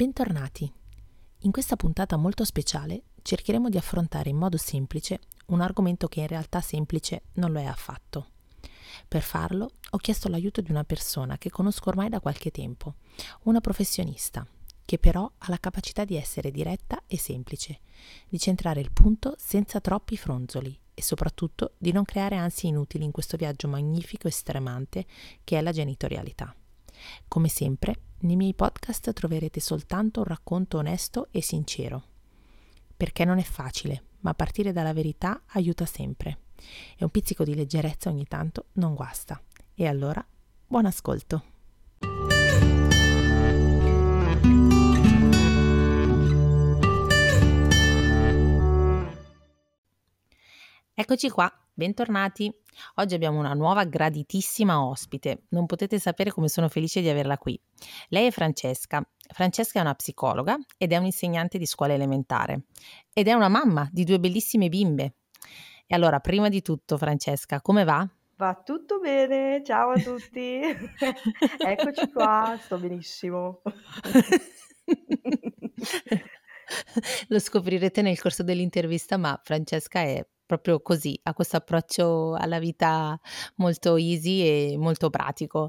Bentornati! In questa puntata molto speciale cercheremo di affrontare in modo semplice un argomento che in realtà semplice non lo è affatto. Per farlo ho chiesto l'aiuto di una persona che conosco ormai da qualche tempo, una professionista, che però ha la capacità di essere diretta e semplice, di centrare il punto senza troppi fronzoli e soprattutto di non creare ansie inutili in questo viaggio magnifico e stremante che è la genitorialità. Come sempre, nei miei podcast troverete soltanto un racconto onesto e sincero. Perché non è facile, ma partire dalla verità aiuta sempre. E un pizzico di leggerezza ogni tanto non guasta. E allora, buon ascolto! Eccoci qua, bentornati. Oggi abbiamo una nuova graditissima ospite. Non potete sapere come sono felice di averla qui. Lei è Francesca. Francesca è una psicologa ed è un'insegnante di scuola elementare. Ed è una mamma di 2 bellissime bimbe. E allora, prima di tutto, Francesca, come va? Va tutto bene, ciao a tutti. Eccoci qua, sto benissimo. Lo scoprirete nel corso dell'intervista, ma Francesca è proprio così, ha questo approccio alla vita molto easy e molto pratico.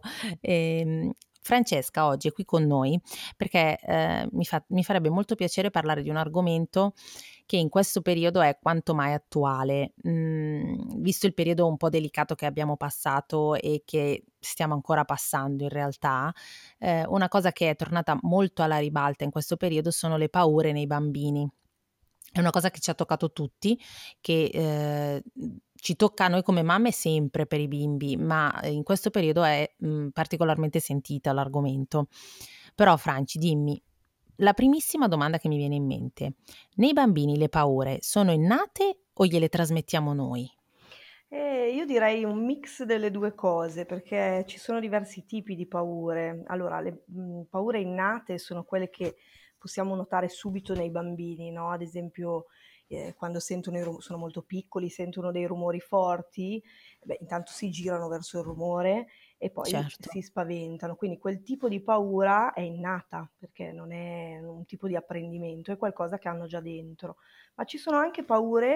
Francesca oggi è qui con noi perché mi farebbe molto piacere parlare di un argomento che in questo periodo è quanto mai attuale, visto il periodo un po' delicato che abbiamo passato e che stiamo ancora passando in realtà. Una cosa che è tornata molto alla ribalta in questo periodo sono le paure nei bambini. È una cosa che ci ha toccato tutti, che ci tocca a noi come mamme sempre per i bimbi, ma in questo periodo è particolarmente sentita l'argomento. Però Franci, dimmi, la primissima domanda che mi viene in mente: nei bambini le paure sono innate o gliele trasmettiamo noi? Io direi un mix delle 2 cose, perché ci sono diversi tipi di paure. Allora, le paure innate sono quelle che possiamo notare subito nei bambini, no, ad esempio, quando sentono sono molto piccoli, sentono dei rumori forti, intanto si girano verso il rumore e poi Certo. si spaventano. Quindi quel tipo di paura è innata, perché non è un tipo di apprendimento, è qualcosa che hanno già dentro. Ma ci sono anche paure.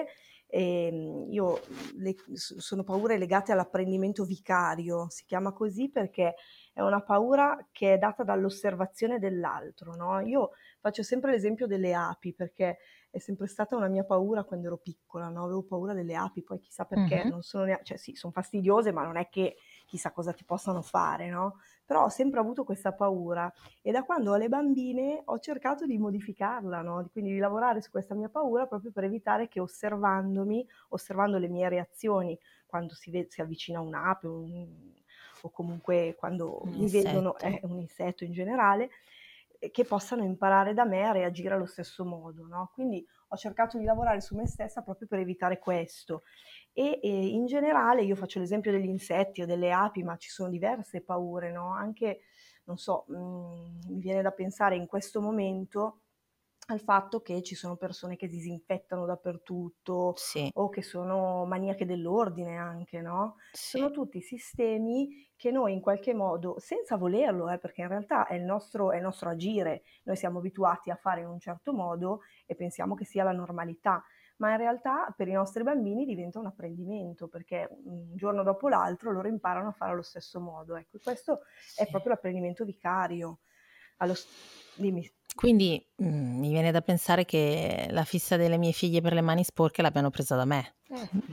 Io sono paure legate all'apprendimento vicario, si chiama così perché è una paura che è data dall'osservazione dell'altro, no? Io faccio sempre l'esempio delle api perché è sempre stata una mia paura quando ero piccola, no? Avevo paura delle api, poi chissà perché, Mhm. non sono cioè sì, sono fastidiose, ma non è che chissà cosa ti possano fare, no? Però ho sempre avuto questa paura e da quando ho le bambine ho cercato di modificarla, no? Quindi di lavorare su questa mia paura proprio per evitare che osservando le mie reazioni quando si avvicina un'ape o comunque quando Un mi vedono, insetto. un insetto in generale, che possano imparare da me a reagire allo stesso modo, no? Quindi ho cercato di lavorare su me stessa proprio per evitare questo. In generale io faccio l'esempio degli insetti o delle api, ma ci sono diverse paure, no? Anche, non so, mi viene da pensare in questo momento al fatto che ci sono persone che disinfettano dappertutto Sì, o che sono maniache dell'ordine anche, no? sì. Sono tutti sistemi che noi in qualche modo, senza volerlo, perché in realtà è il nostro agire, noi siamo abituati a fare in un certo modo e pensiamo che sia la normalità, ma in realtà per i nostri bambini diventa un apprendimento, perché un giorno dopo l'altro loro imparano a fare allo stesso modo. Ecco, questo è Sì. proprio l'apprendimento vicario. Dimmi. Quindi, mi viene da pensare che la fissa delle mie figlie per le mani sporche l'abbiano presa da me. Sì.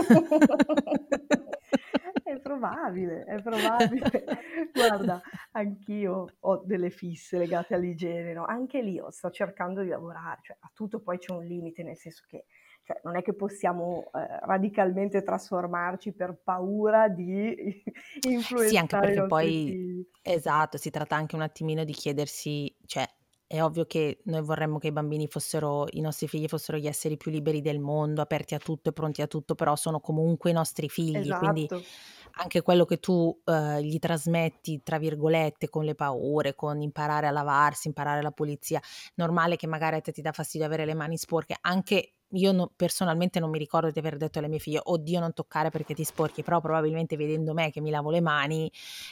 È probabile, è probabile. Guarda, anch'io ho delle fisse legate all'igiene, no, anche lì sto cercando di lavorare, cioè a tutto poi c'è un limite, nel senso che, cioè non è che possiamo, radicalmente trasformarci per paura di Sì, anche influenzare i perché nostri poi figli. esatto, si tratta anche un attimino di chiedersi, cioè è ovvio che noi vorremmo che i nostri figli fossero gli esseri più liberi del mondo, aperti a tutto e pronti a tutto, però sono comunque i nostri figli, quindi Esatto. anche quello che tu, gli trasmetti, tra virgolette, con le paure, con imparare a lavarsi, imparare la pulizia, normale che magari a te ti dà fastidio avere le mani sporche, anche io personalmente non mi ricordo di aver detto alle mie figlie: "Oddio non toccare perché ti sporchi", però probabilmente vedendo me che mi lavo le mani,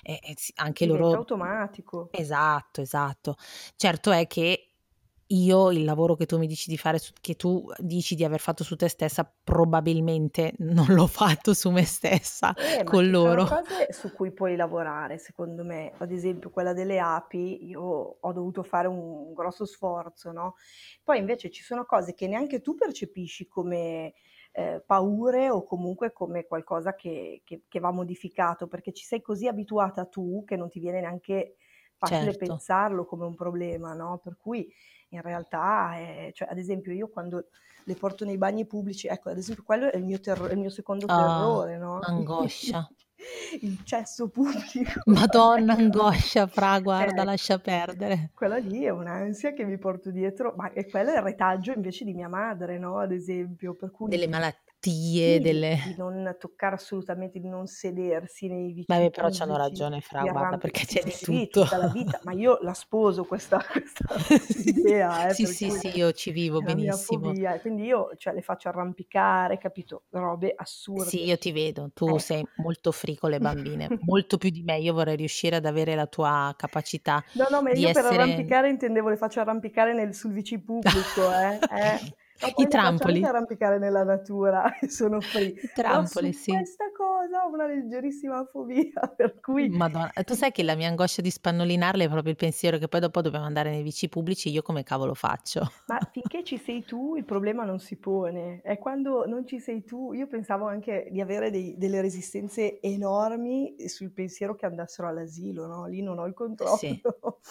anche Diventa loro. automatico. Esatto, esatto. Certo è che io il lavoro che tu mi dici di fare che tu dici di aver fatto su te stessa, probabilmente non l'ho fatto su me stessa Ma con ci sono loro. cose su cui puoi lavorare, secondo me. Ad esempio quella delle api, io ho dovuto fare un grosso sforzo, no, poi invece ci sono cose che neanche tu percepisci come, paure o comunque come qualcosa che va modificato, perché ci sei così abituata tu che non ti viene neanche facile Certo. pensarlo come un problema, no, per cui in realtà, cioè ad esempio io quando le porto nei bagni pubblici, ecco, ad esempio quello è il mio secondo Ah, terrore, no, angoscia. il cesso pubblico. Madonna, Ecco. angoscia fra, guarda, Ecco, lascia perdere. quella lì è un'ansia che mi porto dietro, ma e quello è il retaggio invece di mia madre, no, ad esempio, per cui Delle malattie, sì, delle di non toccare assolutamente, di non sedersi nei vici vabbè, però c'hanno pubblici, ragione fra, di guarda, arrampi perché sì, c'è sì, di sì, tutto. tutta la vita, ma io la sposo questa idea, Sì, per sì, cui sì, io ci vivo è la mia benissimo. fobia e quindi io, cioè, le faccio arrampicare, capito, robe Sì, assurde. io ti vedo, tu Ecco. sei molto free con le bambine, molto più di me. Io vorrei riuscire ad avere la tua capacità No, no, ma di io per essere arrampicare intendevo le faccio arrampicare sul VC pubblico, eh. No, i poi le faccio anche trampoli, arrampicare nella natura e sono free. i Però trampoli, su sì. questa cosa ho una leggerissima fobia, per cui Madonna, tu sai che la mia angoscia di spannolinarle è proprio il pensiero che poi dopo dobbiamo andare nei WC pubblici, io come cavolo faccio? ma finché ci sei tu il problema non si pone. È quando non ci sei tu io pensavo anche di avere delle resistenze enormi sul pensiero che andassero all'asilo, no, lì non ho il controllo. Sì,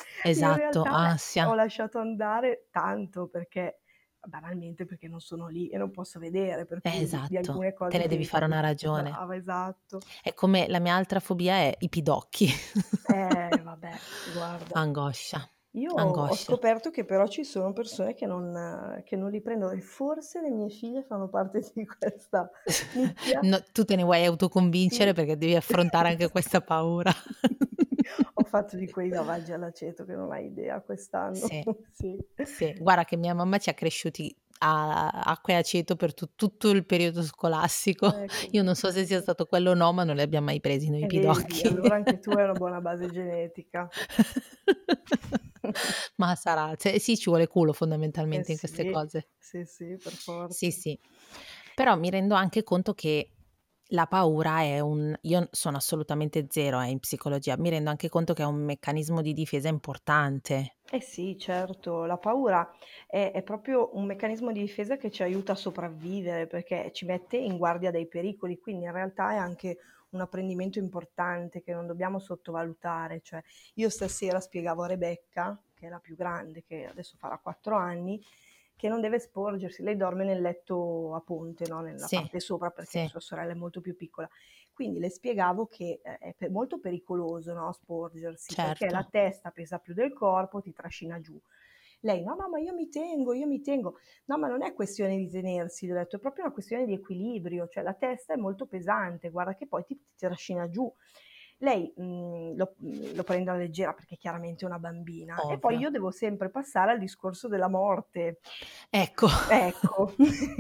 In esatto, realtà ho ansia. lasciato andare tanto perché banalmente perché non sono lì e non posso vedere, per cui di Esatto, alcune te cose ne devi fare pensi una ragione. brava, esatto. È come la mia altra fobia è i pidocchi. Vabbè, guarda. Angoscia, Io ho angoscia. scoperto che però ci sono persone che non li prendono e forse le mie figlie fanno parte di questa nicchia. No, tu te ne vuoi autoconvincere Sì. perché devi affrontare anche questa paura. Ho fatto di quei lavaggi all'aceto che non hai idea quest'anno. Sì, Sì. sì. Guarda che mia mamma ci ha cresciuti a acqua e aceto per tutto il periodo scolastico. Ecco, Io non so se sia stato quello o no, ma non li abbiam mai presi noi e vedi, pidocchi. allora anche tu hai una buona base genetica. Ma sarà, cioè sì, ci vuole culo Eh fondamentalmente in queste sì, cose. sì, sì, per Sì, forza. sì. Però mi rendo anche conto che la paura è io sono assolutamente 0, in psicologia, mi rendo anche conto che è un meccanismo di difesa importante. Eh sì, certo, la paura è proprio un meccanismo di difesa che ci aiuta a sopravvivere, perché ci mette in guardia dai pericoli, quindi in realtà è anche un apprendimento importante che non dobbiamo sottovalutare. Cioè, io stasera spiegavo a Rebecca, che è la più grande, che adesso farà 4 anni, che non deve sporgersi. Lei dorme nel letto a ponte, no? Nella Sì, parte sopra, perché sì, sua sorella è molto più piccola. Quindi le spiegavo che è molto pericoloso, no, sporgersi, perché la certo, testa pesa più del corpo, ti trascina giù. Lei, no, no, ma io mi tengo, io mi tengo. No, ma non è questione di tenersi, gli ho detto, è proprio una questione di equilibrio, cioè la testa è molto pesante, guarda che poi ti trascina giù. Lei lo prende alla leggera perché chiaramente è una bambina e poi ovvio. io devo sempre passare al discorso della morte. Ecco. Ecco,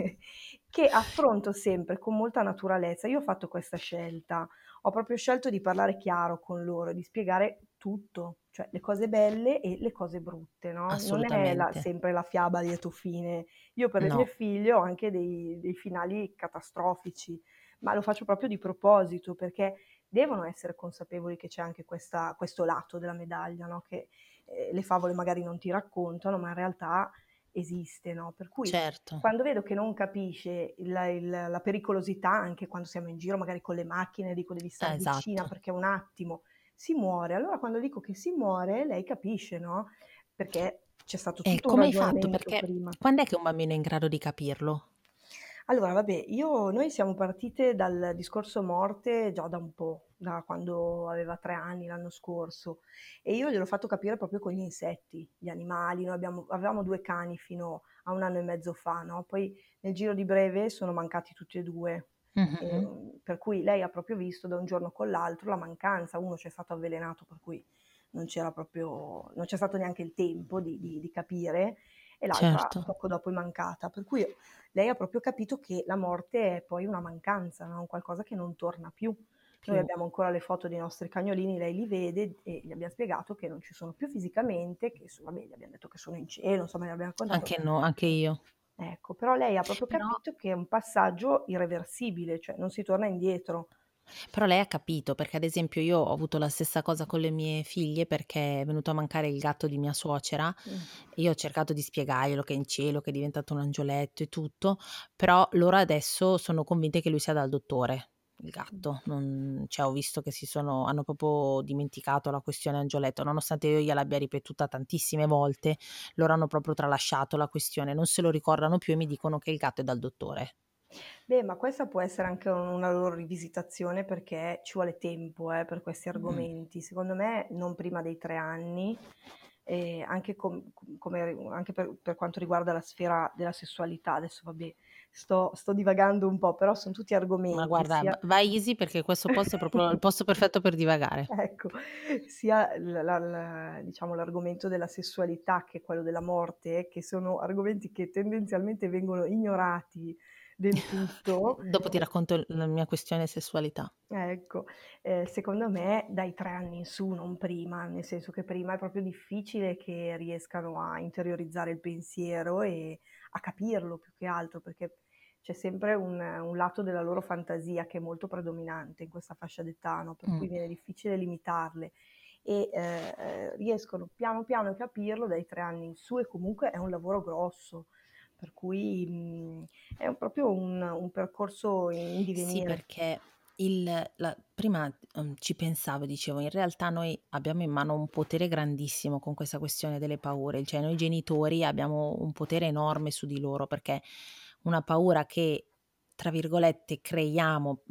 che affronto sempre con molta naturalezza. Io ho fatto questa scelta, ho proprio scelto di parlare chiaro con loro, di spiegare tutto, cioè le cose belle e le cose brutte, no, non è Assolutamente. sempre la fiaba a lieto fine. Io per le mie No, figlie ho anche dei finali catastrofici, ma lo faccio proprio di proposito perché devono essere consapevoli che c'è anche questo lato della medaglia, no, che le favole magari non ti raccontano, ma in realtà esiste, no, per cui certo. quando vedo che non capisce la pericolosità, anche quando siamo in giro magari con le macchine, dico: "Devi star vicina Esatto. perché un attimo si muore". Allora quando dico che si muore lei capisce, no, perché c'è stato E tutto un come hai fatto? ragionamento Perché prima. quand'è che un bambino è in grado di capirlo? Allora vabbè, noi siamo partite dal discorso morte già da un po', da quando aveva 3 anni l'anno scorso e io gliel'ho fatto capire proprio con gli insetti, gli animali. Noi avevamo 2 cani fino a 1 anno e mezzo fa, no, poi nel giro di breve sono mancati tutti e 2, Mh-mh. per cui lei ha proprio visto da un giorno con l'altro la mancanza. Uno c'è stato avvelenato, per cui non c'era proprio non c'è stato neanche il tempo di capire e l'altra certo, poco dopo è mancata. Per cui lei ha proprio capito che la morte è poi una mancanza, no? Un qualcosa che non torna più. Noi più. abbiamo ancora le foto dei nostri cagnolini, lei li vede e gli abbiamo spiegato che non ci sono più fisicamente, che vabbè, gli abbiamo detto che sono in cielo, insomma, gli abbiamo raccontato. Anche no, anche io. Ecco, però lei ha proprio Però capito che è un passaggio irreversibile, cioè non si torna indietro. Però lei ha capito, perché ad esempio io ho avuto la stessa cosa con le mie figlie, perché è venuto a mancare il gatto di mia suocera Mh. e io ho cercato di spiegarglielo che è in cielo, che è diventato un angioletto e tutto, però loro adesso sono convinte che lui sia dal dottore, il Mh. gatto. Non cioè ho visto che hanno proprio dimenticato la questione angioletto, nonostante io gliel'abbia ripetuta tantissime volte, loro hanno proprio tralasciato la questione, non se lo ricordano più e mi dicono che il gatto è dal dottore. Beh, ma questa può essere anche una loro rivisitazione perché ci vuole tempo, per questi Mh. argomenti. Secondo me non prima dei 3 anni, anche anche per quanto riguarda la sfera della sessualità. Adesso vabbè, sto divagando un po', però son tutti Ma argomenti guarda, sia vai easy perché questo posto è proprio il posto perfetto per divagare. ecco, sia diciamo l'argomento della sessualità che quello della morte, che sono argomenti che tendenzialmente vengono ignorati del tutto. Dopo ti racconto la mia questione sessualità. Ecco, secondo me dai 3 anni in su, non prima, nel senso che prima è proprio difficile che riescano a interiorizzare il pensiero e a capirlo più che altro, perché c'è sempre un lato della loro fantasia che è molto predominante in questa fascia d'età, no, per Mh. cui viene difficile limitarle e, riescono piano piano a capirlo dai 3 anni in su e comunque è un lavoro grosso, per cui, è proprio un percorso in Sì, divenire. perché prima, ci pensavo e dicevo: in realtà noi abbiamo in mano un potere grandissimo con questa questione delle paure, cioè noi genitori abbiamo un potere enorme su di loro, perché una paura che, tra virgolette, "creiamo"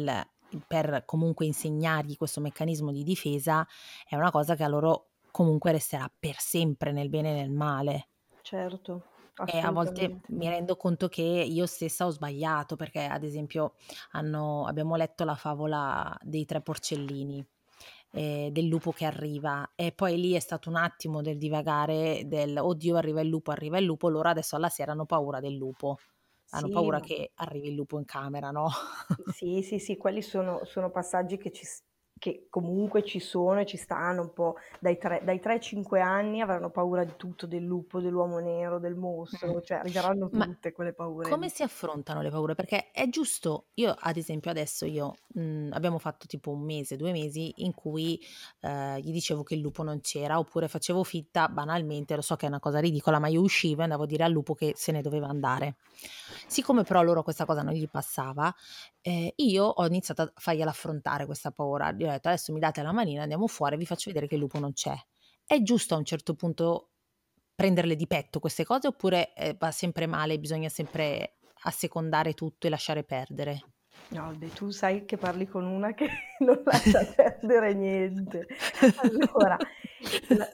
per comunque insegnargli questo meccanismo di difesa, è una cosa che a loro comunque resterà per sempre, nel bene e nel male. Certo, E a volte assolutamente. mi rendo conto che io stessa ho sbagliato, perché ad esempio abbiamo letto la favola dei 3 porcellini, del lupo che arriva e poi lì è stato un attimo del divagare del: "Oddio arriva il lupo", loro adesso alla sera hanno paura del lupo. Hanno Sì, paura ma che arrivi il lupo in camera, no? sì, sì, sì, quelli sono passaggi che comunque ci sono e ci stanno un po'. Dai 3 ai 5 anni avranno paura di tutto, del lupo, dell'uomo nero, del Mh. mostro, cioè arriveranno Ma tutte quelle paure come lì. si affrontano le paure? Perché è giusto io ad esempio adesso abbiamo fatto tipo 1 mese, 2 mesi in cui, gli dicevo che il lupo non c'era, oppure facevo finta banalmente, lo so che è una cosa ridicola, ma io uscivo e andavo a dire al lupo che se ne doveva andare. Siccome però a loro questa cosa non gli passava, io ho iniziato a fargliela affrontare questa paura. Gli ho detto: "Adesso mi date la manina, andiamo fuori e vi faccio vedere che il lupo non c'è." È giusto a un certo punto prenderle di petto queste cose oppure, va sempre male e bisogna sempre assecondare tutto e lasciare perdere? No, beh, tu sai che parli con una che non lascia perdere niente. Allora, la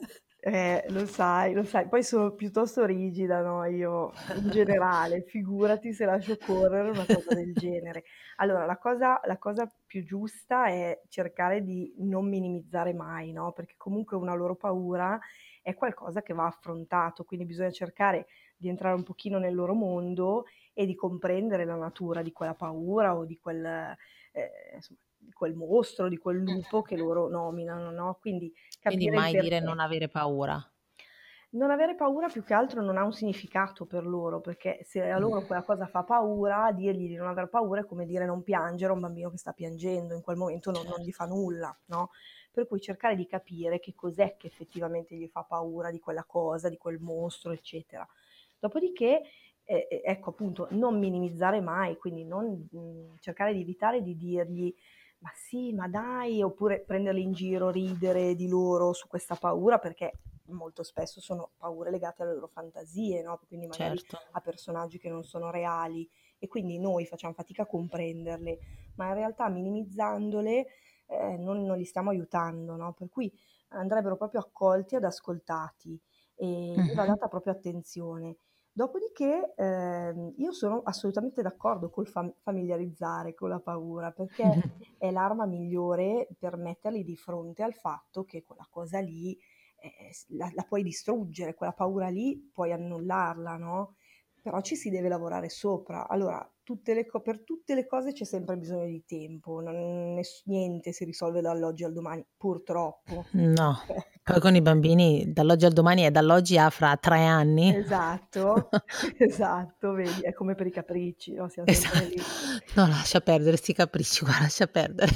lo sai, poi sono piuttosto rigida, no, io in generale, figurati se lascio correre una cosa del genere. Allora, la cosa più giusta è cercare di non minimizzare mai, no, perché comunque una loro paura è qualcosa che va affrontato, quindi bisogna cercare di entrare un pochino nel loro mondo e di comprendere la natura di quella paura o di insomma, di quel mostro, di quel lupo che loro nominano, no, quindi Quindi capire il mai dire non perché. avere paura. Non avere paura più che altro non ha un significato per loro, perché se a Mh, loro quella cosa fa paura, dirgli di non aver paura è come dire non piangere a un bambino che sta piangendo, in quel momento non gli fa certo. nulla, no, per cui cercare di capire che cos'è che effettivamente gli fa paura di quella cosa, di quel mostro, eccetera. Dopodiché, ecco appunto, non minimizzare mai, quindi non cercare di evitare di dirgli: "Ma sì, ma dai", oppure prenderli in giro, ridere di loro su questa paura, perché molto spesso sono paure legate alle loro fantasie, no, quindi magari Certo. a personaggi che non sono reali e quindi noi facciam fatica a comprenderle, ma in realtà minimizzandole, non li stiamo aiutando, no, per cui andrebbero proprio accolti ed ascoltati e gli va Mh-mh. data proprio attenzione. Dopodiché, io sono assolutamente d'accordo col familiarizzare con la paura, perché è l'arma migliore per metterli di fronte al fatto che quella cosa lì la puoi distruggere, quella paura lì puoi annullarla, no? Però ci si deve lavorare sopra. Allora, per tutte le cose c'è sempre bisogno di tempo, niente si risolve dall'oggi al domani, purtroppo. No, poi Ecco. con i bambini dall'oggi al domani e dall'oggi a fra 3 anni. Esatto, esatto, vedi, è come per i capricci, no? Siamo sempre Esatto. lì. No, lascia perdere 'sti capricci, guarda, lascia perdere.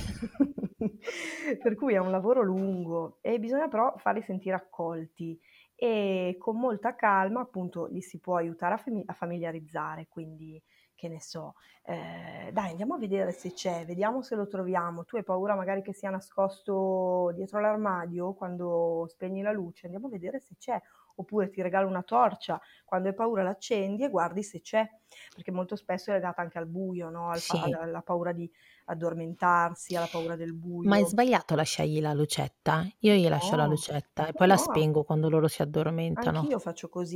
Per cui è un lavoro lungo e bisogna però farli sentire accolti e con molta calma appunto li si può aiutare a familiarizzare, quindi che ne so, dai andiamo a vedere se c'è, vediamo se lo troviamo, tu hai paura magari che sia nascosto dietro l'armadio quando spegni la luce, andiamo a vedere se c'è, oppure ti regalo una torcia, quando hai paura l'accendi e guardi se c'è, perché molto spesso è legata anche al buio, no? Sì. Alla paura di addormentarsi, ha la paura del Ma è buio. sbagliato lasciargli la lucetta? Io gli lascio la No, lucetta e no, poi la no, spengo quando loro si addormentano. anch'io faccio così,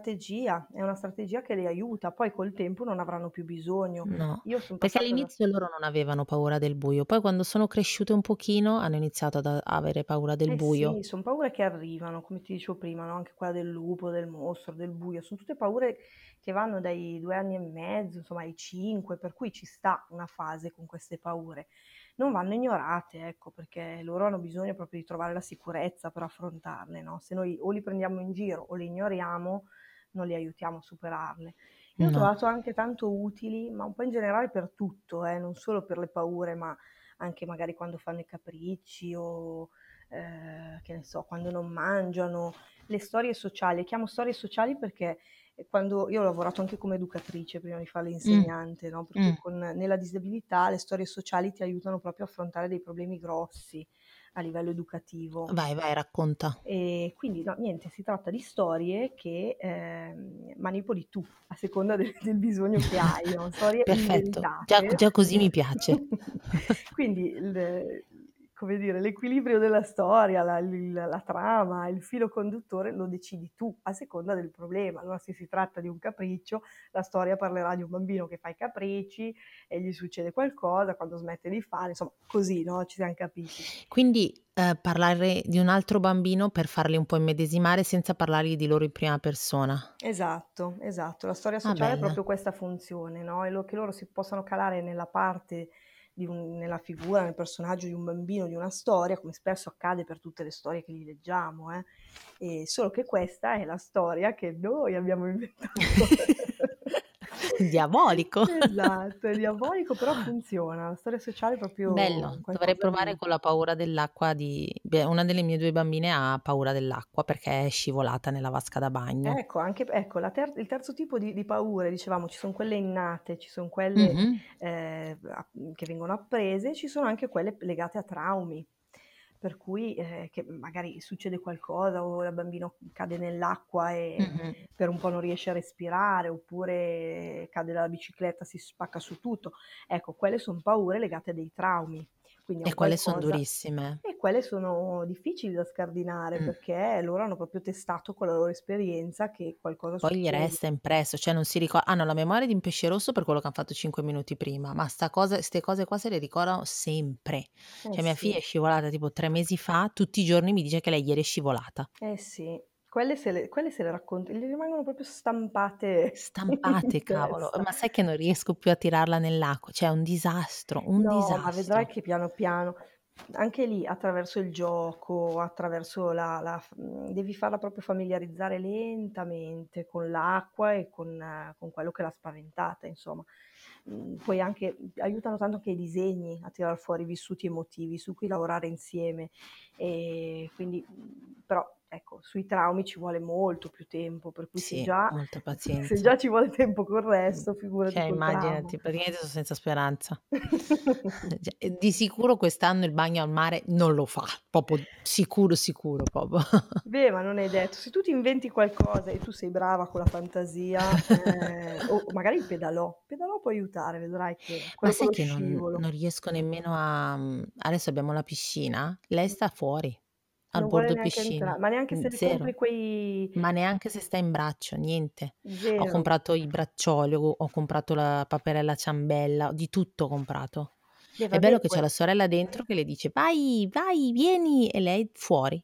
è una strategia che li aiuta, poi col tempo non avranno più bisogno. No, Io son perché passata da all'inizio loro non avevano paura del buio, poi quando sono cresciute un pochino hanno iniziato ad avere paura del eh buio. sì, son paure che arrivano, come ti dicevo prima, no, anche quella del lupo, del mostro, del buio, son tutte paure che vanno dai 2 anni e mezzo, insomma ai 5, per cui ci sta una fase con queste paure. Non vanno ignorate, ecco, perché loro hanno bisogno proprio di trovare la sicurezza per affrontarle, no, se noi o li prendiamo in giro o li ignoriamo, non li aiutiamo a superarle. Io ho No, trovato anche tanto utili, ma un po' in generale per tutto, non solo per le paure, ma anche magari quando fanno i capricci o che ne so, quando non mangiano, le storie sociali. Le chiamo storie sociali perché quando io ho lavorato anche come educatrice prima di fare mh, l'insegnante, no? Per cui mh. nella disabilità le storie sociali ti aiutano proprio a affrontare dei problemi grossi a livello educativo. Vai, vai, racconta. E quindi no, niente, si tratta di storie che manipoli tu a seconda del bisogno che hai, no? Storie Perfetto, inventate. già così mi piace. Quindi come dire, l'equilibrio della storia, la trama, il filo conduttore lo decidi tu a seconda del problema. Allora, se si tratta di un capriccio, la storia parlerà di un bambino che fa i capricci e gli succede qualcosa quando smette di fare, insomma, così, no? Ci siamo capiti. Quindi, parlare di un altro bambino per farli un po' immedesimare senza parlargli di loro in prima persona. Esatto, esatto. La storia Ah, sociale ha bella. proprio questa funzione, no, che loro si possano calare nella parte nella figura, nel personaggio di un bambino, di una storia, come spesso accade per tutte le storie che li leggiamo, solo che questa è la storia che noi abbiamo inventato. Diabolico. Esatto, è diabolico, però funziona. La storia sociale è proprio Bello, dovrei qualcosa provare di con la paura dell'acqua di beh, una delle mie 2 bambine ha paura dell'acqua perché è scivolata nella vasca da bagno. ecco, anche ecco, il terzo tipo di paure, dicevamo, ci son quelle innate, ci son quelle, Mh-mh. che vengono apprese, ci sono anche quelle legate a traumi, per cui, che magari succede qualcosa o il bambino cade nell'acqua e Mh-mh. per un po' non riesce a respirare, oppure cade dalla bicicletta, si spacca su tutto. Ecco, quelle son paure legate a dei traumi, quindi a E un quelle son qualcosa durissime. e quelle sono difficili da scardinare Mh. perché loro hanno proprio testato con la loro esperienza che qualcosa Poi gli succede. resta impresso, cioè non si hanno la memoria di un pesce rosso per quello che han fatto 5 minuti prima, ma 'ste cose qua se le ricordano sempre. Eh Cioè mia sì, figlia è scivolata tipo 3 mesi fa, tutti i giorni mi dice che lei ieri è scivolata. eh sì. Quelle se le racconti, gli rimangono proprio stampate Stampate in cavolo, testa. ma sai che non riesco più a tirarla nell'acqua, cioè è un disastro, un No, ma vedrai disastro. che piano piano, anche lì attraverso il gioco, attraverso devi farla proprio familiarizzare lentamente con l'acqua e con quello che l'ha spaventata, insomma. Poi anche aiutano tanto anche i disegni a tirar fuori i vissuti emotivi su cui lavorare insieme. Quindi però ecco, sui traumi ci vuole molto più tempo, per cui se Sì, già molta se pazienza. già ci vuole tempo col Mh. resto, figurati Cioè col trauma. immaginati, praticamente son senza speranza. Cioè, e di sicuro quest'anno il bagno al mare non lo fa, proprio sicuro, sicuro proprio. Beh, ma non è detto. Se tu ti inventi qualcosa e tu sei brava con la fantasia, o magari il pedalò. Il pedalò può aiutare, vedrai che Ma quello con sai lo che scivolo. non riesco nemmeno a adesso abbiamo la piscina, lei sta fuori, al Non vuole bordo neanche piscina. ma neanche se le compri 0. quei Ma neanche se sta in braccio, niente. Ho 0. comprato i braccioli, ho comprato la paperella ciambella, di tutto ho comprato. Beh, È vabbè bello che c'è la sorella dentro che le dice: "Vai, vai, vieni!" E lei fuori.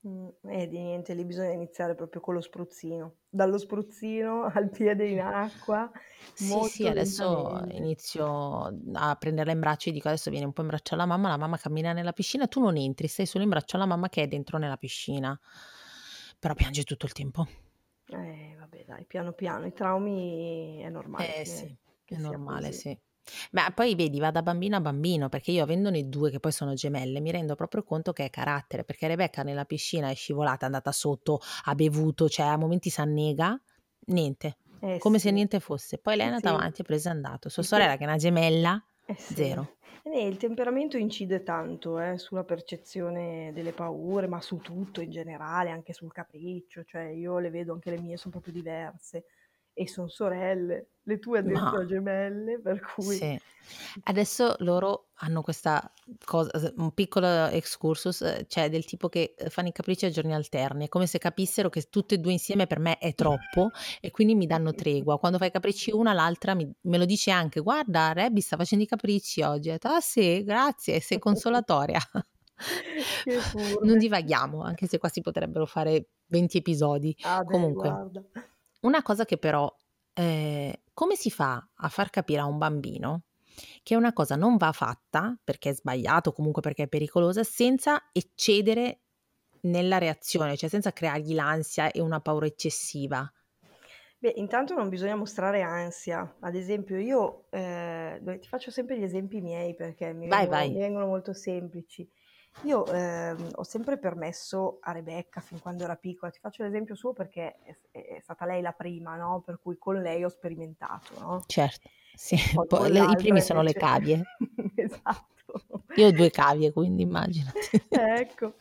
Di niente, lì bisogna iniziare proprio con lo spruzzino. Dallo spruzzino al piede in acqua, Sì, sì, molto adesso lentamente. inizio a prenderla in braccio e dico: "Adesso vieni un po' in braccio alla mamma cammina nella piscina, tu non entri, stai solo in braccio alla mamma che è dentro nella piscina." Però piange tutto il tempo. Vabbè dai, piano piano, i traumi è normale Eh che sì, che è sia normale, così. sì. Ma poi vedi, va da bambino a bambino, perché io avendone 2 che poi sono gemelle, mi rendo proprio conto che è carattere, perché Rebecca nella piscina è scivolata, è andata sotto, ha bevuto, cioè a momenti s'annega, niente, Eh come se sì, niente fosse. Poi lei è sì, andata sì. avanti, ha preso e è andato. Sua Il te sorella che è una gemella, Eh sì. 0. Il temperamento incide tanto, sulla percezione delle paure, ma su tutto in generale, anche sul capriccio, cioè io le vedo, anche le mie son proprio diverse e son sorelle, le tue Ma addirittura gemelle, per cui sì. Adesso loro hanno questa cosa un piccolo excursus, cioè del tipo che, fanno i capricci a giorni alterni. È come se capissero che tutte e 2 insieme per me è troppo e quindi mi danno tregua. Quando fai i capricci una, l'altra me lo dice anche: "Guarda, Rebbie sta facendo i capricci oggi." Ho detto: "Ah sì, grazie, sei consolatoria." Che Non furbe. divaghiamo, anche se qua si potrebbero fare 20 episodi. Ah beh, Comunque, guarda. una cosa che però come si fa a far capire a un bambino che una cosa non va fatta, perché è sbagliato o comunque perché è pericolosa, senza eccedere nella reazione, cioè senza creargli l'ansia e una paura eccessiva? Beh, intanto non bisogna mostrare ansia. Ad esempio io, beh, ti faccio sempre gli esempi miei perché Vai, mi vai. vengono molto semplici. Io, ho sempre permesso a Rebecca fin quando era piccola, ti faccio l'esempio suo perché è stata lei la prima, no, per cui con lei ho sperimentato, no, Certo, sì, e poi poi con le i l'altra primi sono le invece cavie. esatto. Io ho 2 cavie, quindi immaginati. Ecco.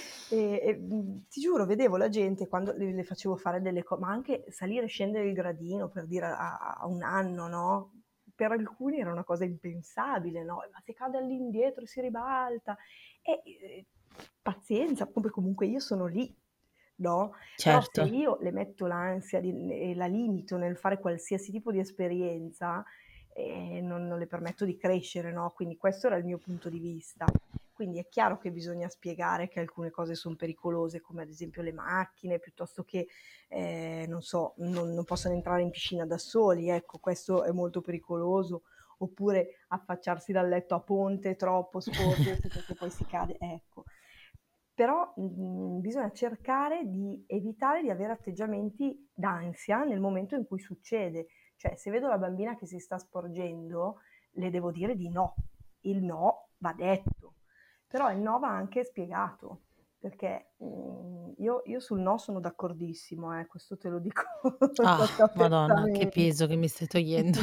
Ti giuro vedevo la gente quando le facevo fare delle ma anche salire e scendere il gradino per dire a 1 anno, no, per alcuni era una cosa impensabile, no, ma se cade all'indietro si ribalta e, pazienza, poi comunque io sono lì, no, però se Certo. io le metto l'ansia e la limito nel fare qualsiasi tipo di esperienza, non le permetto di crescere, no, quindi questo era il mio punto di vista. Quindi è chiaro che bisogna spiegare che alcune cose son pericolose, come ad esempio le macchine, piuttosto che, non so, non possono entrare in piscina da soli, ecco, questo è molto pericoloso, oppure affacciarsi dal letto a ponte troppo, sporgersi perché poi si cade, ecco. Però, bisogna cercare di evitare di avere atteggiamenti d'ansia nel momento in cui succede. Cioè, se vedo la bambina che si sta sporgendo, le devo dire di no. Il no va detto, però il no va anche spiegato, perché, io sul no sono d'accordissimo, questo te lo dico Ah, proprio madonna, che apertamente. peso che mi stai togliendo.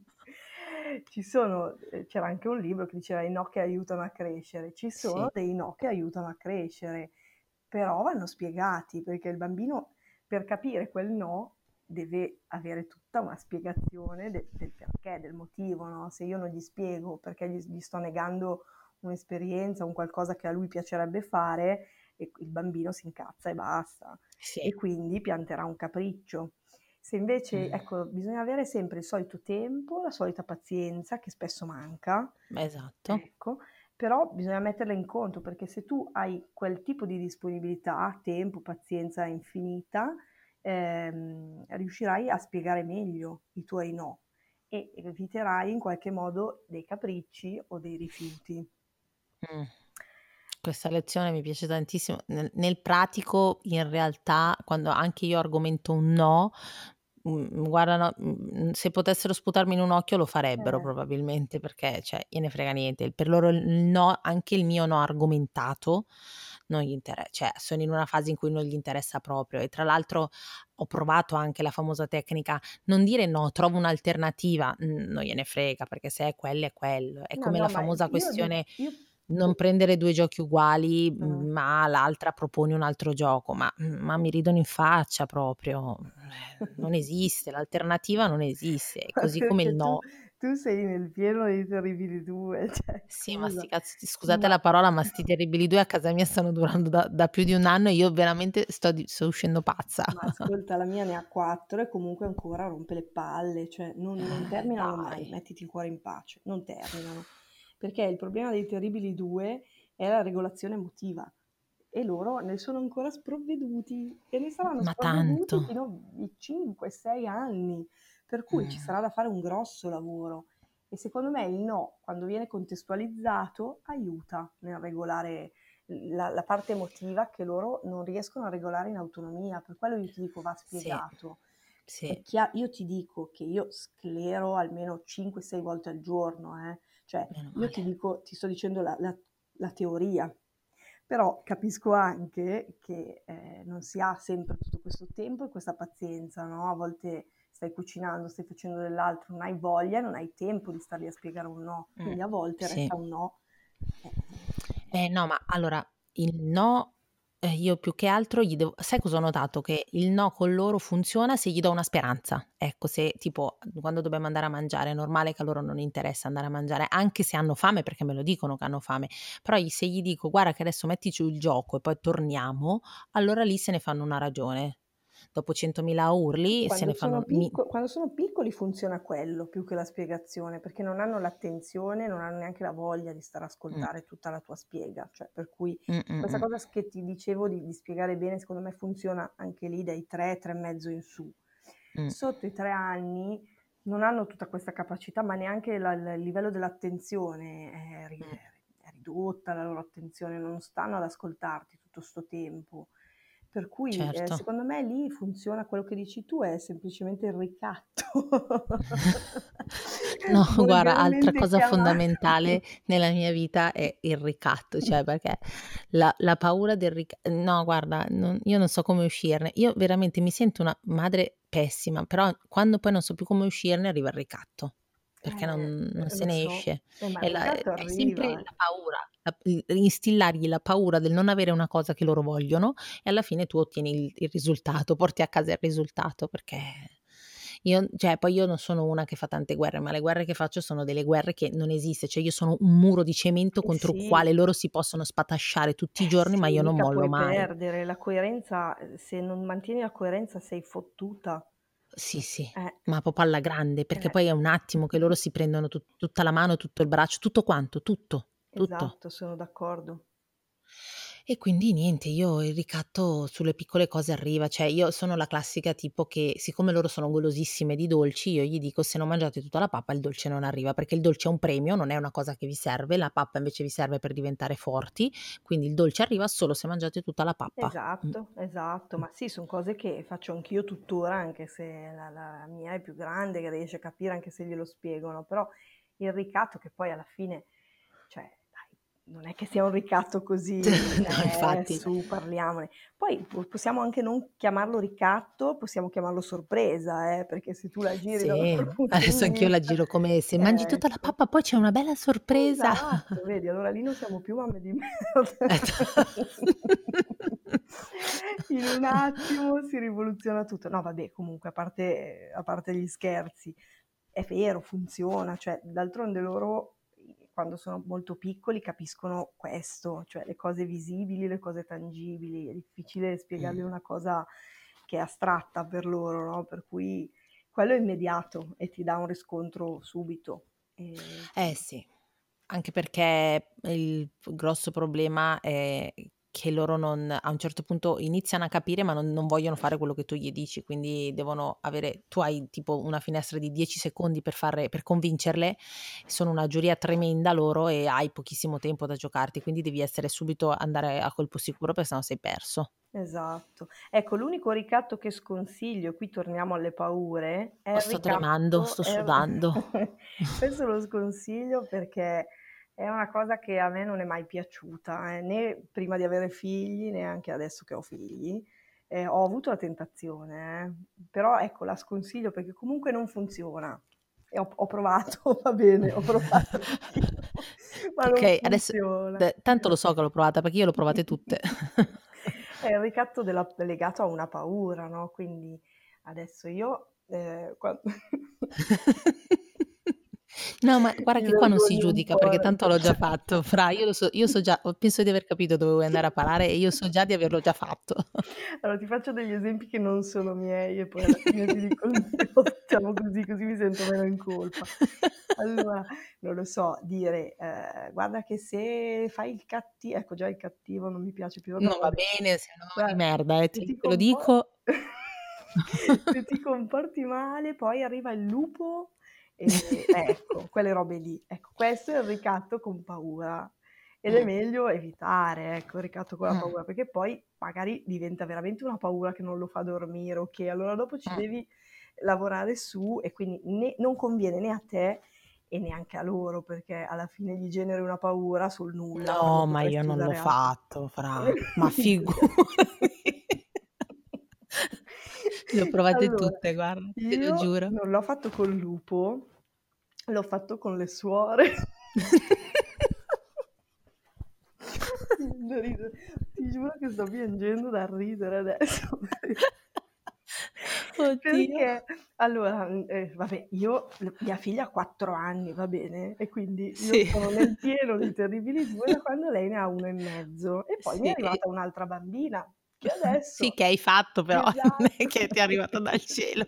Ci sono c'era anche un libro che diceva: "I no che aiutano a crescere". Ci sono Sì. dei no che aiutano a crescere, però vanno spiegati, perché il bambino per capire quel no deve avere tutta una spiegazione del perché, del motivo, no, se io non gli spiego perché gli sto negando un'esperienza, un qualcosa che a lui piacerebbe fare, e il bambino si incazza e basta, Sì. e quindi pianterà un capriccio. Se invece, Mh, ecco, bisogna avere sempre il solito tempo, la solita pazienza, che spesso manca, esatto. ecco, però bisogna metterla in conto, perché se tu hai quel tipo di disponibilità, tempo, pazienza infinita, riuscirai a spiegare meglio i tuoi no e eviterai in qualche modo dei capricci o dei rifiuti. Mh. Questa lezione mi piace tantissimo. Nel pratico, in realtà, quando anche io argomento un no, guarda no se potessero sputarmi in un occhio lo farebbero Eh, probabilmente, perché cioè gliene frega niente. Per loro il no, anche il mio no argomentato non gli cioè sono in una fase in cui non gli interessa proprio e tra l'altro ho provato anche la famosa tecnica: non dire no, trovo un'alternativa, non gliene frega perché se è quello è quello. È no, come la no, ma famosa io questione io non prendere 2 giochi uguali, eh. ma all'altra proponi un altro gioco, ma mi ridono in faccia proprio. Non esiste, l'alternativa non esiste, Ma così come il perché tu no. tu sei nel pieno dei Terribili 2, cioè Sì, ma scusa. sti cazzi scusate Ma la parola, ma 'sti Terribili 2 a casa mia stanno durando da più di 1 anno e io veramente sto uscendo pazza. ma ascolta, la mia ne ha 4 e comunque ancora rompe le palle, cioè non terminano mai, Dai. mettiti il cuore in pace, non terminano. Perché il problema dei Terribili 2 è la regolazione emotiva e loro ne sono ancora sprovveduti e ne saranno Ma tanto. sprovveduti fino a 5-6 anni, per cui ci Mm. sarà da fare un grosso lavoro. E secondo me il no, quando viene contestualizzato, aiuta nel regolare la parte emotiva che loro non riescono a regolare in autonomia. Per quello io ti dico va Sì, spiegato. sì, Io ti dico che io sclero almeno 5-6 volte al giorno, cioè meno io ti male. dico, ti sto dicendo la teoria, però capisco anche che non si ha sempre tutto questo tempo e questa pazienza, no? A volte stai cucinando, stai facendo dell'altro, non hai voglia, non hai tempo di stargli a spiegare un no, Mm, quindi a volte sì. resta un no. Eh, No, ma allora il no, io più che altro gli devo sai cosa ho notato? Che il no con loro funziona se gli do una speranza. Ecco, se tipo quando dobbiamo andare a mangiare, è normale che a loro non interessa andare a mangiare, anche se hanno fame, perché me lo dicono che hanno fame, però se gli dico: "Guarda che adesso metti giù il gioco e poi torniamo", allora lì se ne fanno una ragione. Dopo 100.000 urli se ne fanno Quando sono piccoli funziona quello più che la spiegazione, perché non hanno l'attenzione, non hanno neanche la voglia di stare a mh, ascoltare tutta la tua spiega, cioè per cui mh, mh, questa mh, cosa che ti dicevo di spiegare bene, secondo me funziona anche lì dai 3, 3 e mezzo in su. mh, Sotto i 3 anni non hanno tutta questa capacità, ma neanche il livello dell'attenzione mh, è ridotta, la loro attenzione, non stanno ad ascoltarti tutto sto tempo. Per cui certo. secondo me lì funziona quello che dici tu, è semplicemente il ricatto, No, guarda, altra volgarmente cosa chiamato. fondamentale nella mia vita è il ricatto, cioè perché la paura del no guarda, io non so come uscirne. Io veramente mi sento una madre pessima, però quando poi non so più come uscirne arriva il ricatto, perché non se Lo ne so, esce. ma È il la ricatto è sempre arriva. la paura, instillargli la paura del non avere una cosa che loro vogliono e alla fine tu ottieni il risultato, porti a casa il risultato perché io cioè poi io non sono una che fa tante guerre, ma le guerre che faccio sono delle guerre che non esiste, cioè io sono un muro di cemento contro il Sì. quale loro si possono spatasciare tutti i giorni, Sì, ma io non mica mollo puoi mai. perdere la coerenza, se non mantieni la coerenza sei fottuta. Sì, sì, Eh, ma proprio alla grande, perché eh. poi è un attimo che loro si prendono tutta la mano, tutto il braccio, tutto quanto, tutto, tutto. Esatto, sono d'accordo. E quindi niente, io il ricatto sulle piccole cose arriva, cioè io sono la classica tipo che siccome loro sono golosissime di dolci, io gli dico: "Se non mangiate tutta la pappa il dolce non arriva", perché il dolce è un premio, non è una cosa che vi serve, la pappa invece vi serve per diventare forti, quindi il dolce arriva solo se mangiate tutta la pappa. Esatto, esatto, Mh. ma sì, son cose che faccio anch'io tuttora, anche se la mia è più grande, che riesce a capire anche se glielo spiego, no, però il ricatto che poi alla fine, cioè dai, non è che sia un ricatto così, No, infatti. su parliamone. Poi possiamo anche non chiamarlo ricatto, possiamo chiamarlo sorpresa, perché se tu la giri Sì, dall'altro punto adesso di anch'io la vista, giro come: "Se mangi tutta la ecco. pappa poi c'è una bella sorpresa." Esatto, vedi, allora lì non siamo più mamme di merda. Ecco. In un attimo si rivoluziona tutto. No vabbè, comunque a parte gli scherzi, è vero, funziona, cioè d'altronde loro quando sono molto piccoli capiscono questo, cioè le cose visibili, le cose tangibili. È difficile spiegargli Mh. una cosa che è astratta per loro, no, per cui quello è immediato e ti dà un riscontro subito. Ehm Eh sì, anche perché il grosso problema è che loro non a un certo punto iniziano a capire, ma non vogliono fare quello che tu gli dici, quindi devono avere tu hai tipo una finestra di 10 secondi per convincerle, sono una giuria tremenda loro e hai pochissimo tempo da giocarti, quindi devi essere subito andare a colpo sicuro, perché se no sei perso. Esatto. Ecco, l'unico ricatto che sconsiglio, qui torniamo alle paure, è il Sto tremando, ricatto sto sudando. questo lo sconsiglio perché è una cosa che a me non è mai piaciuta, né prima di avere figli, né anche adesso che ho figli. Ho avuto la tentazione, però ecco, la sconsiglio perché comunque non funziona. E ho provato, va bene, ho provato anch'io, ma non Okay, adesso funziona. tanto lo so che l'ho provata, perché io l'ho provate tutte. È il ricatto legato a una paura, no, quindi adesso io, quan No, ma guarda mi che qua non si vergogno un giudica, po' perché adesso. tanto l'ho già fatto. Fra, io so già penso di aver capito dove vuoi andare a parare e io so già di averlo già fatto. Allora ti faccio degli esempi che non sono miei e poi alla fine ti dico il mio. Diciamo così mi sento meno in colpa. Allora, non lo so, dire, "Guarda che se fai il ecco già il cattivo non mi piace più, vabbè Non va vabbè. bene, se no di Guarda, merda, se ti te lo compo dico. se ti comporti male poi arriva il lupo, ecco, quelle robe lì. Ecco, questo è il ricatto con paura ed è Mh, meglio evitare, ecco, il ricatto con la mh, paura, perché poi magari diventa veramente una paura che non lo fa dormire, okay, allora dopo ci mh. devi lavorare su e quindi non conviene né a te e neanche a loro, perché alla fine gli generi una paura sul nulla quando No, ma io potresti non l'ho usare altre fatto, Fra, ma figurati. Le ho provate Allora, tutte, guarda, te lo io giuro. non l'ho fatto col lupo, l'ho fatto con le suore. Da ridere. Ti giuro che sto piangendo dal ridere adesso. Oddio. Perché allora, vabbè, io mia figlia ha 4 anni, va bene, e quindi io Sì. sono nel pieno dei Terribili 2 da quando lei ne ha 1 e mezzo e poi mi è Sì. arrivata un'altra bambina che Sì, adesso che hai fatto però, non è esatto. che ti è arrivata dal cielo.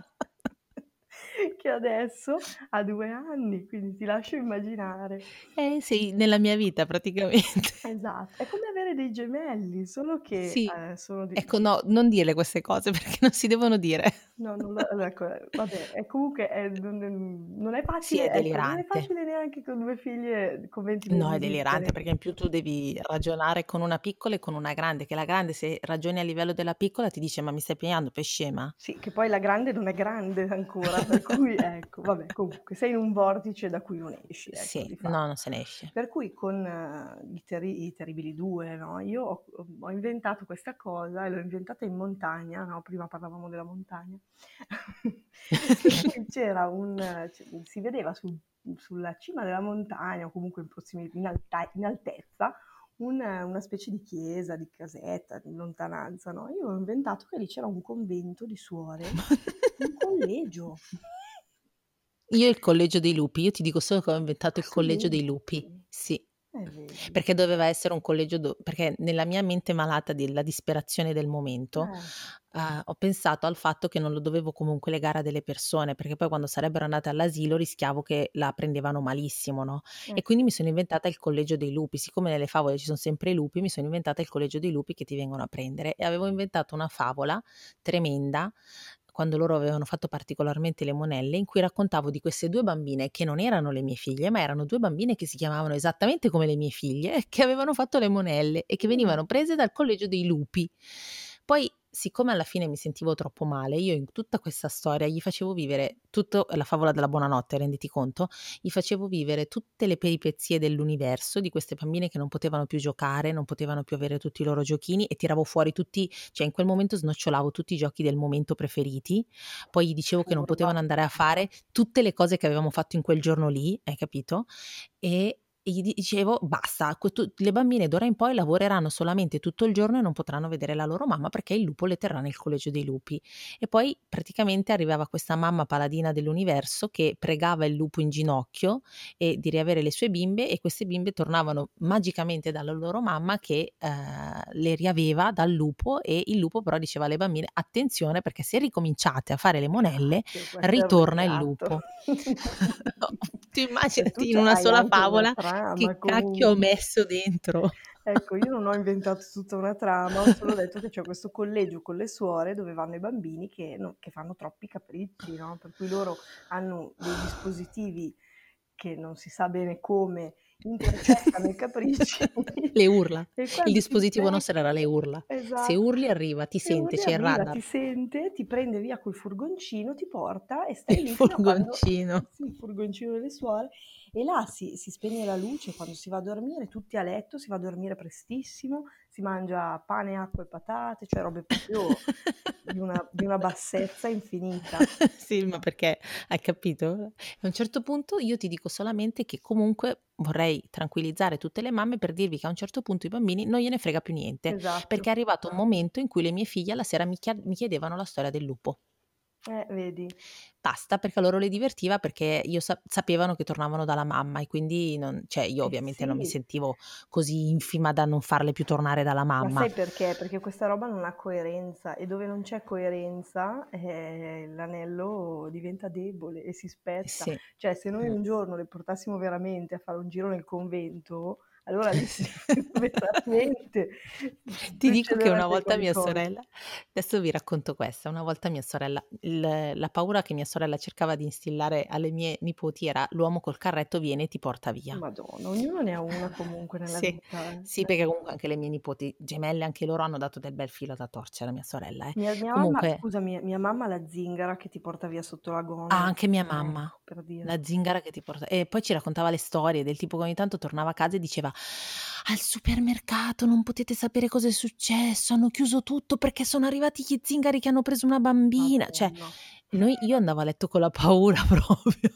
Che adesso ha 2 anni, quindi ti lascio immaginare. Sei nella mia vita praticamente. Esatto, è come avere dei gemelli, solo che, Sì. sono di Ecco, no, non dirle queste cose perché non si devono dire. no, non lo ecco, vabbè, e comunque, non è Sì, facile è ecco, non è delirante. facile neanche con 2 figlie con 20 No, è mesi di delirante differenza. perché in più tu devi ragionare con una piccola e con una grande, che la grande se ragioni a livello della piccola ti dice: "Ma mi stai pigliando per scema?" Sì, che poi la grande non è grande ancora, per cui ecco, vabbè, comunque sei in un vortice da cui non esci, ecco, Sì, di no, fatto. non se ne esce. Per cui con i Terribili 2, no, io ho inventato questa cosa e l'ho inventata in montagna, no, prima parlavamo della montagna, per cui c'era si vedeva sulla cima della montagna o comunque in altezza una specie di chiesa, di casetta, in lontananza, no, io ho inventato che lì c'era un convento di suore, un collegio. Io il collegio dei lupi, io ti dico solo che ho inventato il collegio dei lupi. Accidenti. Sì, Vedi. perché doveva essere un collegio perché nella mia mente malata della disperazione del momento, Eh, ho pensato al fatto che non lo dovevo comunque legare a delle persone, perché poi quando sarebbero andate all'asilo rischiavo che la prendevano malissimo, no, e sì. quindi mi sono inventata il collegio dei lupi. Siccome nelle favole ci son sempre i lupi, mi sono inventata il collegio dei lupi che ti vengono a prendere e avevo inventato una favola tremenda quando loro avevano fatto particolarmente le monelle, in cui raccontavo di queste 2 bambine che non erano le mie figlie, ma erano 2 bambine che si chiamavano esattamente come le mie figlie e che avevano fatto le monelle e che Mh. venivano prese dal collegio dei lupi. Poi, siccome alla fine mi sentivo troppo male, io in tutta questa storia gli facevo vivere tutto la favola della buonanotte, renditi conto? Gli facevo vivere tutte le peripezie dell'universo di queste bambine che non potevano più giocare, non potevano più avere tutti i loro giochini e tiravo fuori tutti, cioè in quel momento snocciolavo tutti i giochi del momento preferiti, poi gli dicevo che non Furba. potevano andare a fare tutte le cose che avevamo fatto in quel giorno lì, hai capito? E gli dicevo: "Basta, le bambine d'ora in poi lavoreranno solamente tutto il giorno e non potranno vedere la loro mamma perché il lupo le terrà nel collegio dei lupi". E poi praticamente arrivava questa mamma paladina dell'universo che pregava il lupo in ginocchio di riavere le sue bimbe e queste bimbe tornavano magicamente dalla loro mamma che, le riaveva dal lupo e il lupo però diceva alle bambine: "Attenzione perché se ricominciate a fare le monelle Cacchio, questo è il ritorna il ricatto. lupo". Tu Cioè tu immaginati in una hai sola anche una favola trama che cacchio ho comunque. messo dentro. Ecco, io non ho inventato tutta una trama, ho solo detto che c'è questo collegio con le suore dove vanno i bambini che fanno troppi capricci, no, per cui loro hanno dei dispositivi che non si sa bene come intercettano i capricci Le urla. e Il quando ti dispositivo nostro era becca le urla. Se esatto. urli arriva, ti Se sente, urli c'è il arriva, ti radar. sente, ti prende via col furgoncino, ti porta e stai Il lì fino a quando furgoncino. sì, il furgoncino delle suore e là si spegne la luce quando si va a dormire, tutti a letto, si va a dormire prestissimo, si mangia pane, acqua e patate, cioè robe proprio di una bassezza infinita. Sì, ma perché hai capito? A un certo punto io ti dico solamente che comunque vorrei tranquillizzare tutte le mamme per dirvi che a un certo punto i bambini non gliene frega più niente, Esatto. perché è arrivato un momento in cui le mie figlie alla sera mi chiedevano la storia del lupo. Vedi? Basta, perché a loro le divertiva, perché io sapevano che tornavano dalla mamma e quindi non, cioè io Eh ovviamente non mi sì. sentivo così infima da non farle più tornare dalla Ma mamma. sai perché? Perché questa roba non ha coerenza e dove non c'è coerenza l'anello diventa debole e si spezza. Sì. Cioè, se noi Mh. un giorno le portassimo veramente a fare un giro nel convento, allora lì Sì. veramente Ti dico che una succederebbe volta mia qualcosa. sorella, adesso vi racconto questa, una volta mia sorella, la paura che mia sorella cercava di instillare alle mie nipoti era: "L'uomo col carretto viene e ti porta via". Madonna, ognuno ne ha una comunque nella Sì, vita, eh. sì, perché comunque anche le mie nipoti gemelle, anche loro hanno dato del bel filo da torcere a mia sorella, eh. Mia mamma, Comunque scusami, mia mamma ha la zingara che ti porta via sotto la gonna. anche mia mamma, Ecco, per la dirti. zingara che ti porta, e poi ci raccontava le storie del tipo che ogni tanto tornava a casa e diceva: "Al supermercato non potete sapere cosa è successo, hanno chiuso tutto perché sono arrivati gli zingari che hanno preso una bambina". Cioè, Madonna. io andavo a letto con la paura proprio.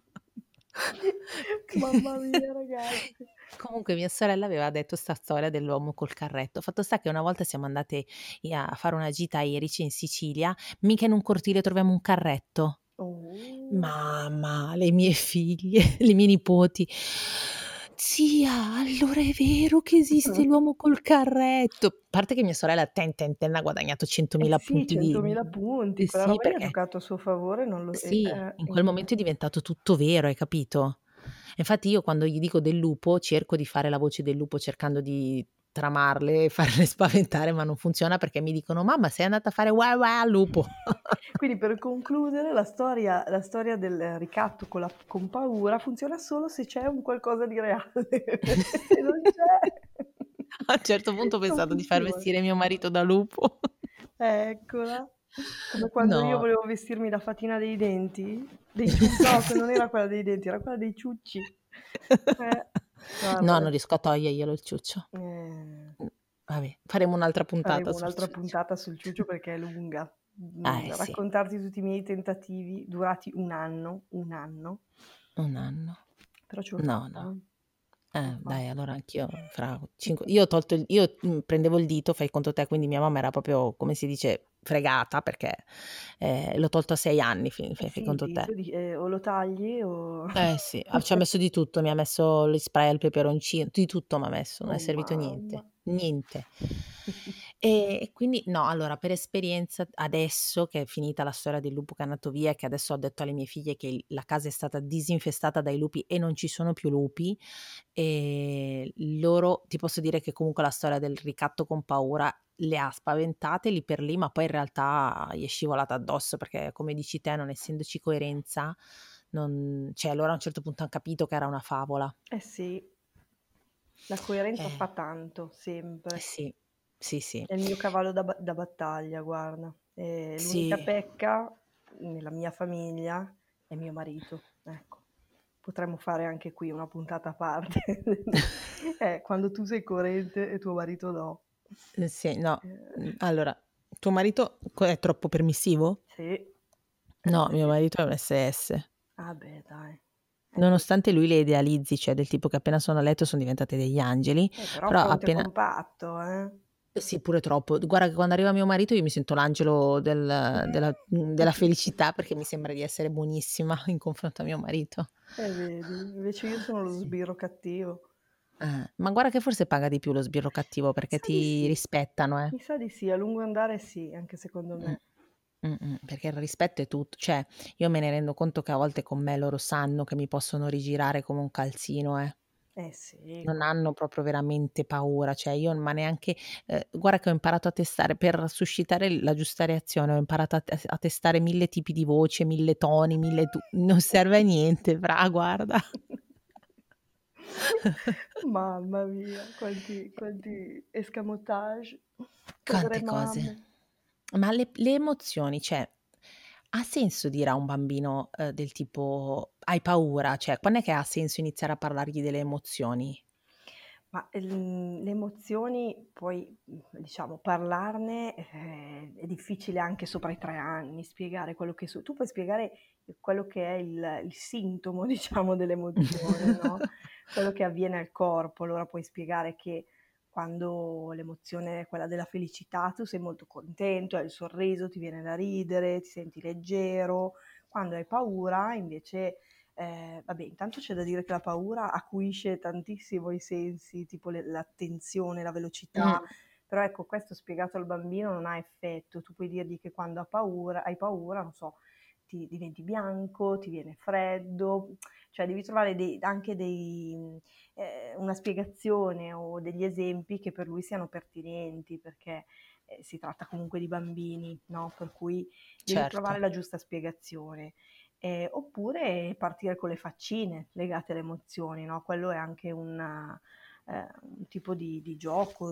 Mamma mia ragazzi. Comunque mia sorella aveva detto 'sta storia dell'uomo col carretto. Fatto sta che una volta siamo andate a fare una gita a Erice in Sicilia, mica in un cortile troviamo un carretto. Oh. Mamma, le mie figlie, le mie nipoti: "Zia, allora è vero che esiste l'uomo col carretto." A parte che mia sorella ha guadagnato Eh 100.000 sì, punti di 100.000 punti, quella sì, roba lì ha perché giocato a suo favore, non lo sì, in quel momento è diventato tutto vero, hai capito? Infatti io quando gli dico del lupo, cerco di fare la voce del lupo cercando di tramarle e farle spaventare, ma non funziona perché mi dicono: "Mamma sei andata a fare "Wa wa" al lupo". Quindi per concludere la storia del ricatto con paura funziona solo se c'è un qualcosa di reale, perché se non c'è A un certo punto ho non pensato di far funziona. vestire mio marito da lupo. Eccola. Come quando io No. volevo vestirmi da fatina dei denti, no, che non era quella dei denti, era quella dei ciucci. No, Guarda, non riesco a toglierglielo il ciuccio. Vabbè, faremo un'altra puntata faremo sul un'altra ciuccio. puntata sul ciuccio perché è lunga. Sì, Raccontarti tutti i miei tentativi durati 1 anno, 1 anno. però ce l'ho No, fatta, no. ce l'ho Dai, fatta. allora anch'io fra 5, io ho tolto prendevo il dito, fai conto te, quindi mia mamma era proprio, come si dice, fregata perché, l'ho tolto a 6 anni, Eh fai sì, il conto dito te. o lo tagli o Eh sì, ci ha messo di tutto, mi ha messo gli spray al peperoncino, di tutto m'ha messo, non è oh servito mamma. niente, niente. E quindi no, allora per esperienza adesso che è finita la storia del lupo che è andato via e che adesso ho detto alle mie figlie che la casa è stata disinfestata dai lupi e non ci sono più lupi, loro ti posso dire che comunque la storia del ricatto con paura le ha spaventate lì per lì, ma poi in realtà gli è scivolata addosso perché, come dici te, non essendoci coerenza, non, cioè loro a un certo punto han capito che era una favola. Eh sì, la coerenza Eh, fa tanto, sempre. sì, sì, sì. È il mio cavallo da battaglia, guarda. L'unica Sì. pecca nella mia famiglia è mio marito, ecco. Potremmo fare anche qui una puntata a parte. Quando tu sei coerente e tuo marito no. Sì, no, Ehm, allora, tuo marito è troppo permissivo? sì, No, mio sì. marito è un SS. Ah beh dai. Vedi. Nonostante lui le idealizzi, cioè del tipo che appena sono a letto son diventate degli angeli, Però però fronte appena compatto, eh. sì, pure troppo. Guarda che quando arriva mio marito io mi sento l'angelo della felicità, perché mi sembra di essere buonissima in confronto a mio marito. Vedi, invece io sono lo Sì. sbirro cattivo. Ma guarda che forse paga di più lo sbirro cattivo Mi perché sa di ti sì, rispettano, mi sa di sì, a lungo andare sì, anche secondo Mh. me. Perché il rispetto è cioè io me ne rendo conto che a volte con me loro sanno che mi possono rigirare come un calzino, eh. Eh sì, Non hanno proprio veramente paura, cioè io, ma neanche, guarda che ho imparato a testare per suscitare la giusta reazione, ho imparato a testare 1000 tipi di voce, 1000 toni, 1000 non serve a niente, guarda. Mamma mia, quanti escamotage, povere Quante mamme. cose. Ma le emozioni, cioè, ha senso dire a un bambino, del tipo: "Hai paura?" Cioè, quand'è che ha senso iniziare a parlargli delle emozioni? Ma, le emozioni poi, diciamo parlarne, è difficile anche sopra i 3 anni, spiegare quello che tu puoi spiegare quello che è il sintomo diciamo dell'emozione, no, quello che avviene al corpo. Allora puoi spiegare che Quando l'emozione è quella della felicità, tu sei molto contento, hai il sorriso, ti viene da ridere, ti senti leggero. Quando hai paura, invece, vabbè, intanto c'è da dire che la paura acuisce tantissimo i sensi, tipo l'attenzione, la velocità, Mm. però ecco, questo spiegato al bambino non ha effetto. Tu puoi dirgli che quando hai paura, non so, ti diventi bianco, ti viene freddo, cioè devi trovare una spiegazione o degli esempi che per lui siano pertinenti, perché si tratta comunque di bambini, no? Per cui devi trovare Certo. la giusta spiegazione. Oppure partire con le faccine legate alle emozioni, no? Quello è anche un tipo di gioco,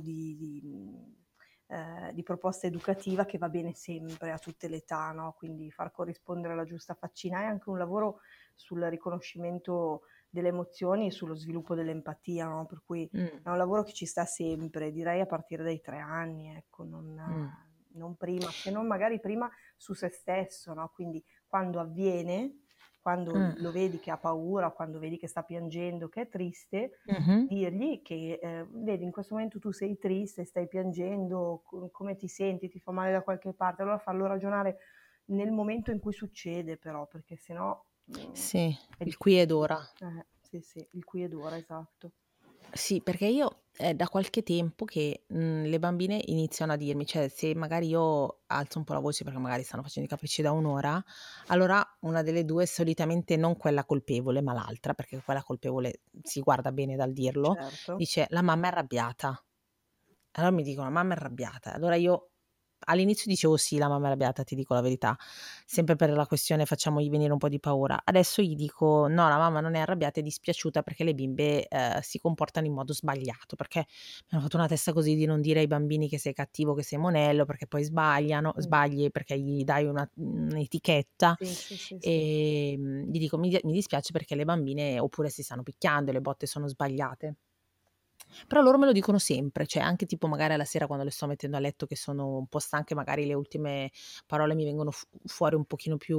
di proposta educativa che va bene sempre a tutte le età, no? Quindi far corrispondere la giusta faccina è anche un lavoro sul riconoscimento delle emozioni e sullo sviluppo dell'empatia, no? Per cui Mm, è un lavoro che ci sta sempre, direi a partire dai 3 anni, ecco, mm, non prima, se non magari prima su se stesso, no? Quindi quando avviene, quando mm. lo vedi che ha paura, quando vedi che sta piangendo, che è triste, Mhm. dirgli che, vedi, in questo momento tu sei triste, stai piangendo, come ti senti, ti fa male da qualche parte, allora farlo ragionare nel momento in cui succede però, perché sennò Sì, è il qui ed difficile. ora. Sì, sì, il qui ed ora, esatto. Sì, perché io è da qualche tempo che, le bambine iniziano a dirmi, cioè se magari io alzo un po' la voce perché magari stanno facendo i capricci da 1 ora, allora una delle 2, solitamente non quella colpevole, ma l'altra, perché quella colpevole si guarda bene dal dirlo, Certo. dice: "La mamma è arrabbiata". Allora mi dicono: "La mamma è arrabbiata". Allora io all'inizio dicevo: "Sì, la mamma è arrabbiata", ti dico la verità, sempre per la questione facciamogli venire un po' di paura. Adesso gli dico: "No, la mamma non è arrabbiata, è dispiaciuta perché le bimbe, si comportano in modo sbagliato", perché mi hanno fatto una testa così di non dire ai bambini che sei cattivo, che sei monello, perché poi Mh. sbagli perché gli dai un'etichetta. Sì, sì, sì, sì. Gli dico: Mi dispiace perché le bambine oppure si stanno picchiando, le botte sono sbagliate". Però loro me lo dicono sempre, cioè anche tipo magari alla sera quando le sto mettendo a letto che sono un po' stanche, magari le ultime parole mi vengono fuori un pochino più,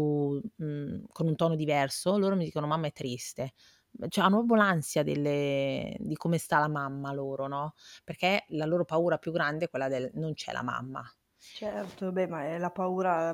con un tono diverso, loro mi dicono: "Mamma è triste". Cioè hanno proprio l'ansia di come sta la mamma loro, no, perché la loro paura più grande è quella del: "Non c'è la mamma". Certo, beh, ma è la paura,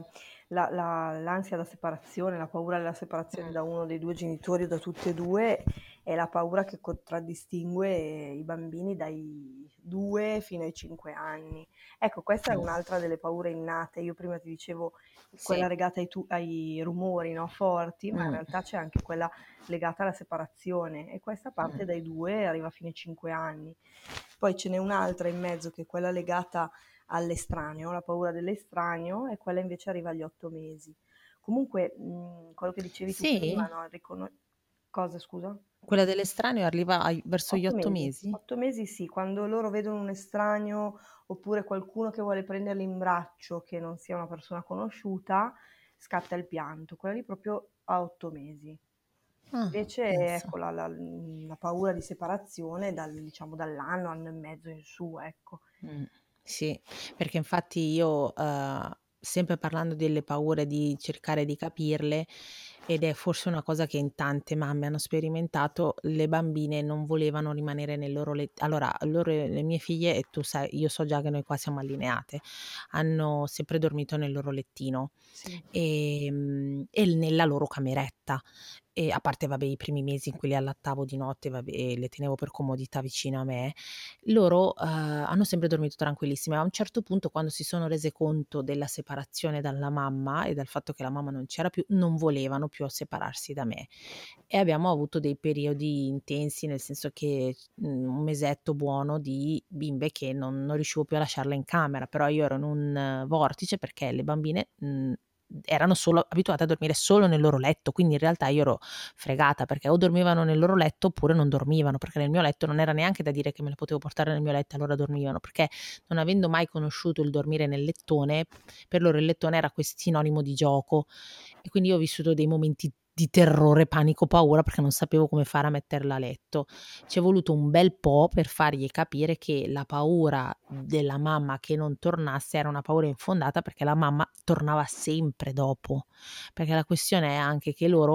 l'ansia da separazione, la paura della separazione Mh, da uno dei due genitori o da tutti e due, è la paura che contraddistingue i bambini dai 2 fino ai 5 anni. Ecco, questa è mh. un'altra delle paure innate. Io prima ti dicevo quella Sì. legata ai rumori, no, forti, ma in Mh, realtà c'è anche quella legata alla separazione e questa parte mh. dai 2 e arriva fino ai 5 anni. Poi ce n'è un'altra in mezzo che è quella legata all'estraneo, la paura dell'estraneo, e quella invece arriva agli 8 mesi. Comunque, quello che dicevi tu prima, Sì? no? Cosa, scusa? Quella dell'estraneo arriva verso gli Otto 8 mesi. mesi? 8 mesi sì, quando loro vedono un estraneo oppure qualcuno che vuole prenderli in braccio che non sia una persona conosciuta, scatta il pianto. Quella lì proprio a 8 mesi. Ah, Invece, pensa. ecco, la paura di separazione diciamo, dall'anno, anno e mezzo in su, ecco. Mh, sì, perché infatti io, sempre parlando delle paure di cercare di capirle, ed è forse una cosa che in tante mamme hanno sperimentato, le bambine non volevano rimanere nel loro allora loro le mie figlie e tu sai io so già che noi qua siamo allineate, hanno sempre dormito nel loro lettino, Sì. e nella loro cameretta. E a parte vabbè i primi mesi in cui le allattavo di notte, vabbè, e le tenevo per comodità vicino a me, loro, hanno sempre dormito tranquillissime. A un certo punto, quando si sono rese conto della separazione dalla mamma e dal fatto che la mamma non c'era più, non volevano più separarsi da me. E abbiamo avuto dei periodi intensi, nel senso che, un mesetto buono di bimbe che non riuscivo più a lasciarle in camera, però io ero in un vortice perché le bambine, erano solo abituate a dormire solo nel loro letto, quindi in realtà io ero fregata perché o dormivano nel loro letto oppure non dormivano, perché nel mio letto non era neanche da dire che me le potevo portare nel mio letto e allora dormivano, perché non avendo mai conosciuto il dormire nel lettone, per loro il lettone era sinonimo di gioco e quindi io ho vissuto dei momenti di terrore, panico, paura perché non sapevo come fare a metterla a letto. Ci è voluto un bel po' per fargli capire che la paura della mamma che non tornasse era una paura infondata perché la mamma tornava sempre dopo, perché la questione è anche che loro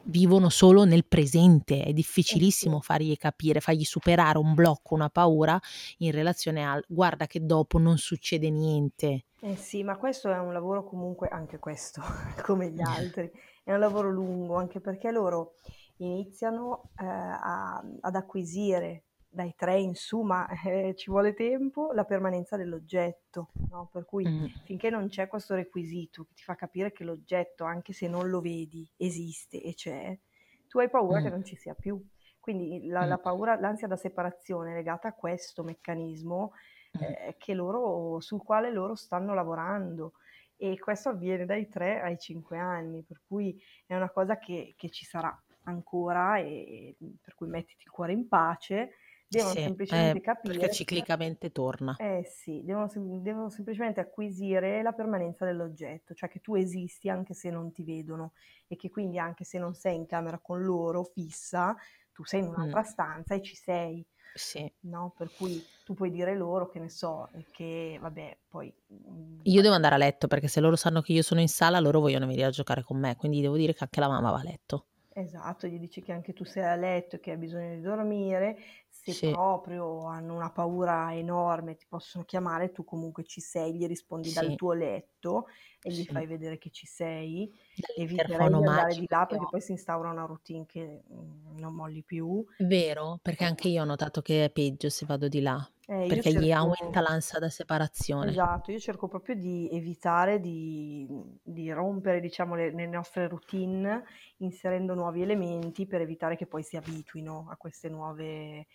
vivono solo nel presente, è Eh sì. difficilissimo fargli capire, fargli superare un blocco, una paura in relazione al: "Guarda che dopo non succede niente". Eh sì, ma questo è un lavoro comunque, anche questo, come gli altri, è un lavoro lungo, anche perché loro iniziano ad acquisire dai 3 in su, ma ci vuole tempo, la permanenza dell'oggetto, no? Per cui Mh, finché non c'è questo requisito che ti fa capire che l'oggetto, anche se non lo vedi, esiste e c'è, tu hai paura che mh, non ci sia più. Quindi la, mh, la paura, l'ansia da separazione è legata a questo meccanismo mh. sul quale loro stanno lavorando, e questo avviene dai 3 ai 5 anni, per cui è una cosa che ci sarà ancora, e per cui mettiti il cuore in pace, devono Sì, semplicemente perché capire. ciclicamente torna. Eh sì, devono semplicemente acquisire la permanenza dell'oggetto, cioè che tu esisti anche se non ti vedono, e che quindi anche se non sei in camera con loro fissa, tu sei in Mh, un'altra stanza e ci sei. sì. No, per cui tu puoi dire loro, che ne so, che vabbè, poi Io devo andare a letto perché se loro sanno che io sono in sala, loro vogliono venire a giocare con me, quindi devo dire che anche la mamma va a letto. esatto, gli dici che anche tu sei a letto e che hai bisogno di dormire. Se Sì, proprio hanno una paura enorme, ti possono chiamare, tu comunque ci sei, gli rispondi dal sì, tuo letto e gli sì. fai vedere che ci sei. Eviterei Dall'interfono di andare di magico là che perché ho. poi si instaura una routine che non molli più. Vero? Perché anche io ho notato che è peggio se vado di là, Io perché gli cerco. aumenta l'ansia da separazione. Esatto, io cerco proprio di evitare di rompere, diciamo, le nostre routine, inserendo nuovi elementi per evitare che poi si abituino a queste nuove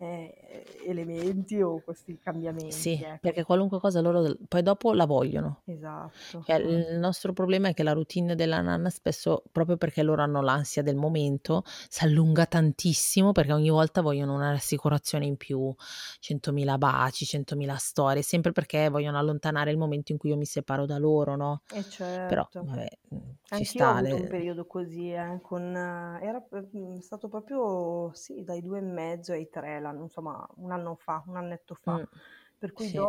elementi o questi Sì, cambiamenti, ecco. perché qualunque cosa loro poi dopo la vogliono. Esatto. Cioè il nostro problema è che la routine della nanna spesso, proprio perché loro hanno l'ansia del momento, s'allunga tantissimo, perché ogni volta vogliono una rassicurazione in più, 100.000 baci, 100.000 storie, sempre perché vogliono allontanare il momento in cui io mi separo da loro, no, però Certo. vabbè, ci Anch'io ho sta avuto un le periodo così, stato proprio, sì, dai 2 e mezzo ai 3, insomma, un anno fa, un annetto fa. mh, Per cui sì,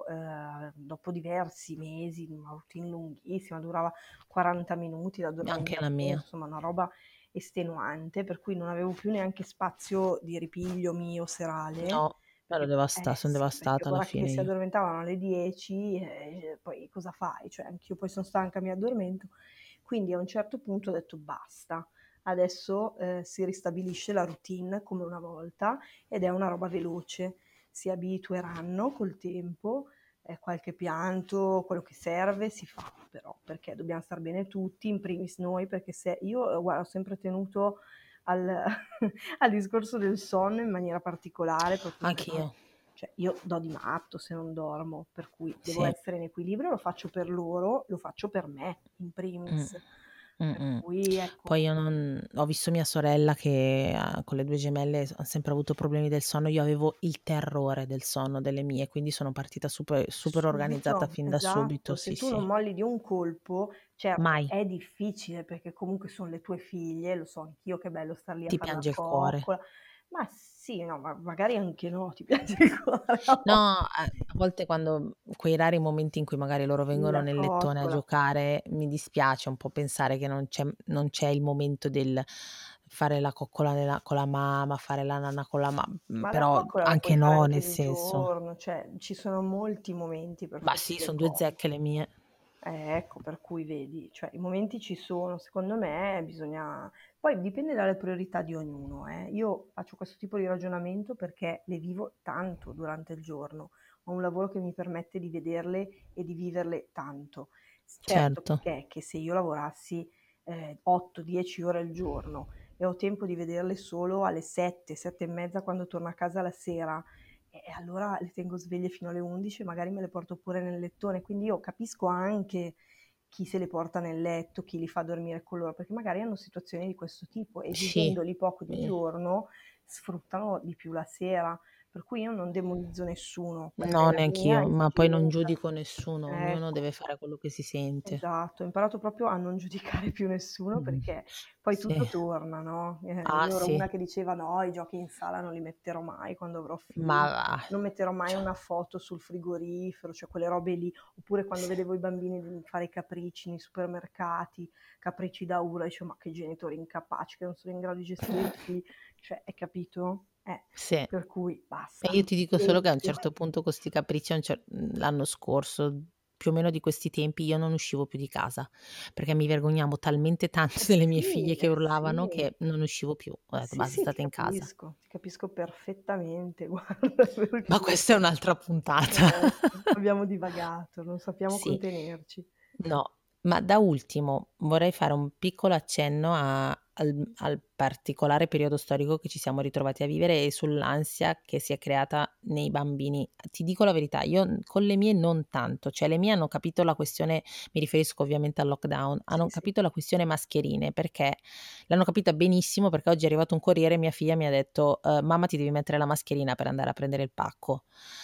dopo diversi mesi, una routine lunghissima, durava 40 minuti da anche dormire, la mia. insomma, una roba estenuante, per cui non avevo più neanche spazio di ripiglio mio serale, No, ero perché son sì, perché devastata alla ora che fine si io. addormentavano alle 10, poi cosa fai? Cioè, anch'io poi son stanca, mi addormento. Quindi a un certo punto ho detto: "Basta, adesso, si ristabilisce la routine come una volta, ed è una roba veloce. Si abitueranno col tempo, qualche pianto, quello che serve si fa, però, perché dobbiam star bene tutti, in primis noi, perché se io, guarda, ho sempre tenuto al al discorso del sonno in maniera particolare, proprio perché, Anch'io, cioè, io do di matto se non dormo, per cui devo sì. essere in equilibrio, lo faccio per loro, lo faccio per me in Mh. primis. Per Mh-mh. cui ecco. Poi io non ho visto mia sorella che con le 2 gemelle han sempre avuto problemi del sonno, io avevo il terrore del sonno delle mie, quindi sono partita super organizzata Subito, fin da subito, esatto. sì, Se tu sì. non molli di un colpo, certo Mai. è difficile perché comunque son le tue figlie, lo so anch'io che è bello star lì a Ti far la piange il cuore. coccola. Ma sì, no, ma magari anche no, ti piace il cuore a No, vo a volte quando quei rari momenti in cui magari loro sì, vengono la nel lettone a coccola. giocare, mi dispiace un po' pensare che non c'è il momento del fare la coccola con la mamma, fare la nanna con la Ma la però coccola la puoi anche fare no, anche nel di senso. giorno, cioè ci sono molti momenti per Ma fare sì, le son 2 co zecche le mie. ecco, per cui vedi, cioè i momenti ci sono, secondo me bisogna, poi dipende dalle priorità di ognuno, eh. Io faccio questo tipo di ragionamento perché le vivo tanto durante il giorno. Ho un lavoro che mi permette di vederle e di viverle tanto. Certo Certo. che se io lavorassi 8-10 ore al giorno e ho tempo di vederle solo alle 7, 7 e mezza quando torno a casa la sera, e allora le tengo sveglie fino alle 11 e magari me le porto pure nel lettone. Quindi io capisco anche chi se le porta nel letto, chi li fa dormire con loro, perché magari hanno situazioni di questo tipo e Sì, vivendoli poco di sì, giorno sfruttano di più la sera. per cui io non demonizzo nessuno, questa è No, la mia neanch'io, ma poi non esperienza. giudico nessuno, ognuno Ecco. deve fare quello che si sente. Esatto, ho imparato proprio a non giudicare più nessuno Mh. perché poi Sì. tutto torna, no, Ah, io ero sì. una che diceva: "No, i giochi in sala non li metterò mai quando avrò Ma figli, va. non metterò mai Cioè, una foto sul frigorifero", cioè quelle robe lì. Oppure quando sì. vedevo i bambini fare i capricci nei supermercati, capricci da urla, dicevo: "Ma che genitori incapaci che non sono in grado di gestire i figli", cioè hai capito? Sì. Per cui E basta, io ti dico solo che a un silenzio. certo punto con 'sti capricci l'anno scorso, più o meno di questi tempi, io non uscivo più di casa, perché mi vergognavo talmente tanto delle mie figlie che urlavano Sì. che non uscivo più. Ho detto: Sì, "Basta, sì, state in casa". ti capisco perfettamente, guarda, per Ma cui questa è un'altra puntata. abbiamo divagato, non sappiamo Sì. contenerci. No, ma da ultimo vorrei fare un piccolo accenno al particolare periodo storico che ci siamo ritrovati a vivere e sull'ansia che si è creata nei bambini. Ti dico la verità, io con le mie non tanto, cioè le mie hanno capito la questione, mi riferisco ovviamente al lockdown, Sì, hanno sì. capito la questione mascherine perché l'hanno capita benissimo perché oggi è arrivato un corriere e mia figlia mi ha detto: "Mamma ti devi mettere la mascherina per andare a prendere il pacco".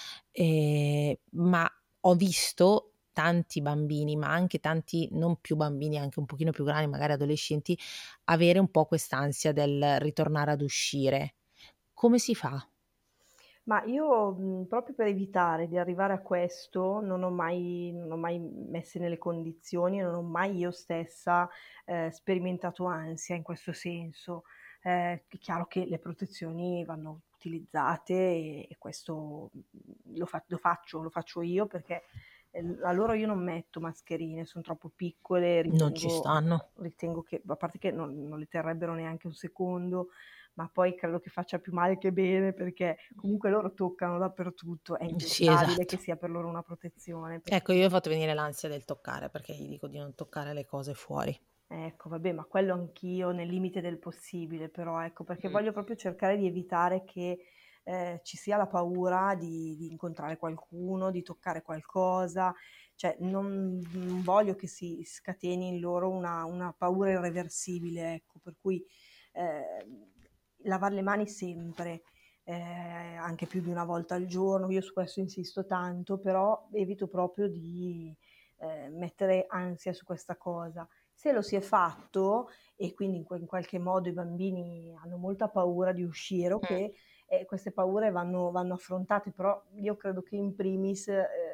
Ma ho visto tanti bambini, ma anche tanti non più bambini, anche un pochino più grandi, magari adolescenti, avere un po' quest'ansia del ritornare ad uscire. Come si fa? Ma io, proprio per evitare di arrivare a questo, non ho mai messe nelle condizioni e non ho mai io stessa, sperimentato ansia in questo senso. È chiaro che le protezioni vanno utilizzate e questo, lo faccio io perché, a loro io non metto mascherine, son troppo piccole, Non ci stanno. ritengo che a parte che non le terrebbero neanche un secondo, ma poi credo che faccia più male che bene, perché comunque loro toccano dappertutto, è Sì, impensabile che esatto. sia per loro una protezione, per Ecco, cui io ho fatto venire l'ansia del toccare, perché gli dico di non toccare le cose fuori. ecco, vabbè, ma quello anch'io nel limite del possibile, però ecco, perché Mh. voglio proprio cercare di evitare che, ci sia la paura di incontrare qualcuno, di toccare qualcosa, cioè non voglio che si scateni in loro una paura irreversibile, ecco, per cui, ehm, lavar le mani sempre, anche più di una volta al giorno, io su questo insisto tanto, però evito proprio di, mettere ansia su questa cosa. Se lo si è fatto e quindi in qualche modo i bambini hanno molta paura di uscire, Mh. okay, queste paure vanno affrontate, però io credo che in primis,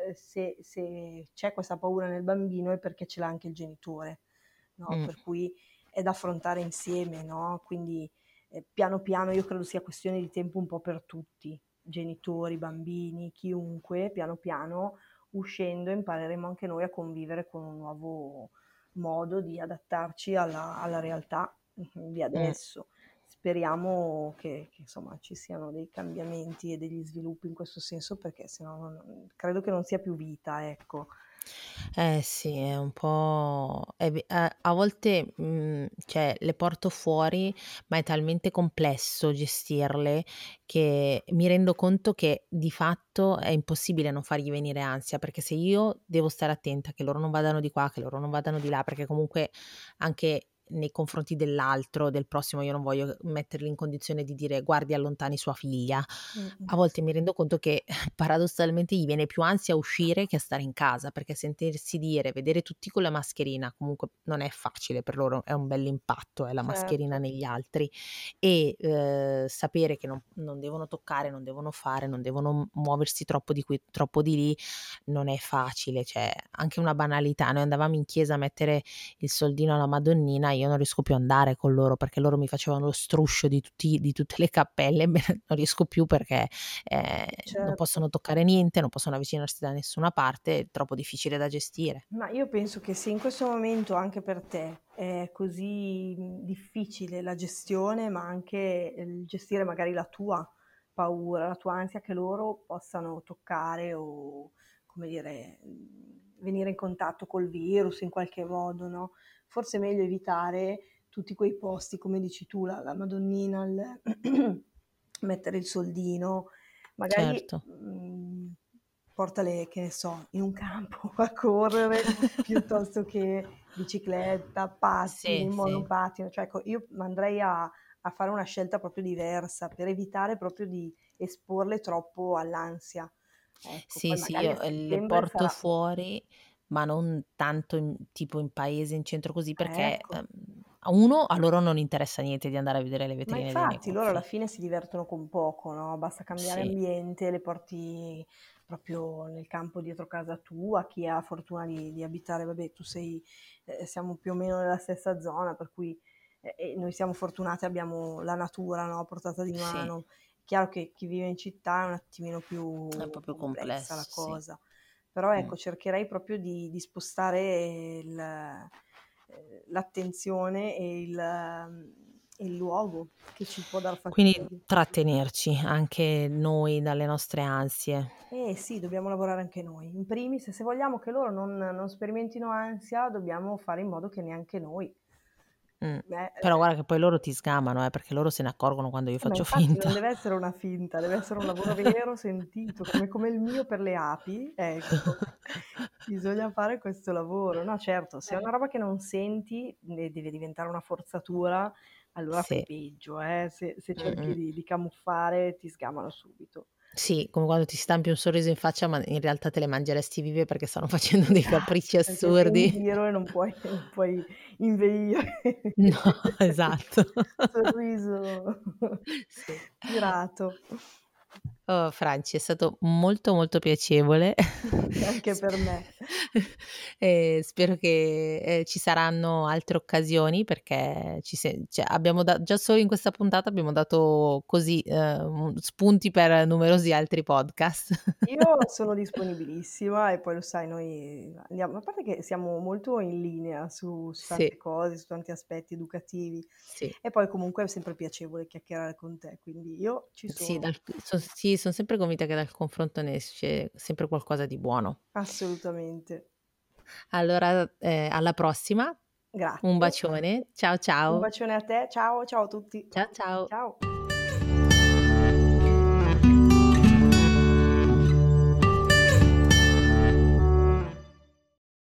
se c'è questa paura nel bambino è perché ce l'ha anche il genitore, no, Mh. per cui è da affrontare insieme, no, quindi, piano piano io credo sia questione di tempo un po' per tutti, genitori, bambini, chiunque, piano piano uscendo impareremo anche noi a convivere con un nuovo modo di adattarci alla realtà, di Mh. adesso. Speriamo che insomma ci siano dei cambiamenti e degli sviluppi in questo senso perché se no credo che non sia più vita, ecco. Eh sì, è un po' a volte, cioè le porto fuori, ma è talmente complesso gestirle che mi rendo conto che di fatto è impossibile non fargli venire ansia, perché se io devo stare attenta che loro non vadano di qua, che loro non vadano di là, perché comunque anche nei confronti dell'altro, del prossimo, io non voglio metterli in condizione di dire: "Guardi, allontani sua figlia". Mh-mh. A volte mi rendo conto che paradossalmente gli viene più ansia a uscire che a stare in casa, perché sentirsi dire, vedere tutti con la mascherina comunque non è facile per loro, è un bell'impatto, la mascherina Certo. negli altri e, sapere che non devono toccare, non devono fare, non devono muoversi troppo di qui, troppo di lì, non è facile. Cioè, anche una banalità, noi andavamo in chiesa a mettere il soldino alla Madonnina, io non riesco più a andare con loro, perché loro mi facevano lo struscio di tutte le cappelle, beh, non riesco più perché non Certo. possono toccare niente, non possono avvicinarsi da nessuna parte, è troppo difficile da gestire. Ma io penso che se in questo momento anche per te è così, difficile la gestione, ma anche il gestire magari la tua paura, la tua ansia che loro possano toccare o, come dire, venire in contatto col virus in qualche modo, no, forse è meglio evitare tutti quei posti, come dici tu, la Madonnina, il mettere il soldino, magari, Certo. portale, che ne so, in un campo a correre piuttosto che bicicletta, Sì, pattini, sì. monopattino, cioè ecco io andrei a fare una scelta proprio diversa per evitare proprio di esporle troppo all'ansia. Ecco, Sì, poi sì, magari io a le settembre porto sarà fuori, ma non tanto tipo in paese, in centro così, perché, ecco. a 1 a loro non interessa niente di andare a vedere le Ma vetrine dei infatti loro alla negozi. fine si divertono con poco, no, basta cambiare Sì, ambiente, le porti proprio nel campo dietro casa tua, chi ha fortuna di abitare, vabbè, tu sei, siamo più o meno nella stessa zona, per cui noi siamo fortunati, abbiamo la natura, no, a portata di sì, mano. È chiaro che chi vive in città è un attimino è più proprio complessa la complesso, sì. cosa, però Mh. ecco, cercherei proprio di spostare l'attenzione e il luogo che ci può dar Quindi fastidio. trattenerci anche noi dalle nostre ansie. Eh sì, dobbiamo lavorare anche noi. In primis, se vogliamo che loro non sperimentino ansia, dobbiamo fare in modo che neanche noi. Mh. Beh, Però guarda che poi loro ti sgamano, perché loro se ne accorgono quando io ma faccio infatti finta. non deve essere una finta, deve essere un lavoro vero, sentito, come il mio per le api, ecco. Bisogna fare questo lavoro. No, certo, se è una roba che non senti e deve diventare una forzatura, allora fai Sì. peggio, se cerchi Mh-mh. di camuffare ti sgamano subito. Sì, come quando ti stampi un sorriso in faccia, ma in realtà te le mangeresti vive perché stanno facendo dei Esatto, capricci perché sei in assurdi. giro e non puoi inveire No, esatto. sorriso Sì. tirato. Oh Franci, è stato molto, molto piacevole. Anche Sp per me. spero che, ci saranno altre occasioni perché ci se cioè abbiamo da già solo in questa puntata abbiamo dato così, spunti per numerosi altri podcast. Io sono disponibilissima e poi lo sai noi andiamo a parte che siamo molto in linea su tante Sì, cose, su tanti aspetti educativi sì. e poi comunque è sempre piacevole chiacchierare con te, quindi io ci Sì, sono. sì, son sempre convinta che dal confronto ne esce sempre qualcosa di buono. Assolutamente. Allora, alla prossima, un Grazie. bacione. Ciao, Un ciao. bacione a te. Ciao, ciao a tutti. Ciao, ciao. Ciao.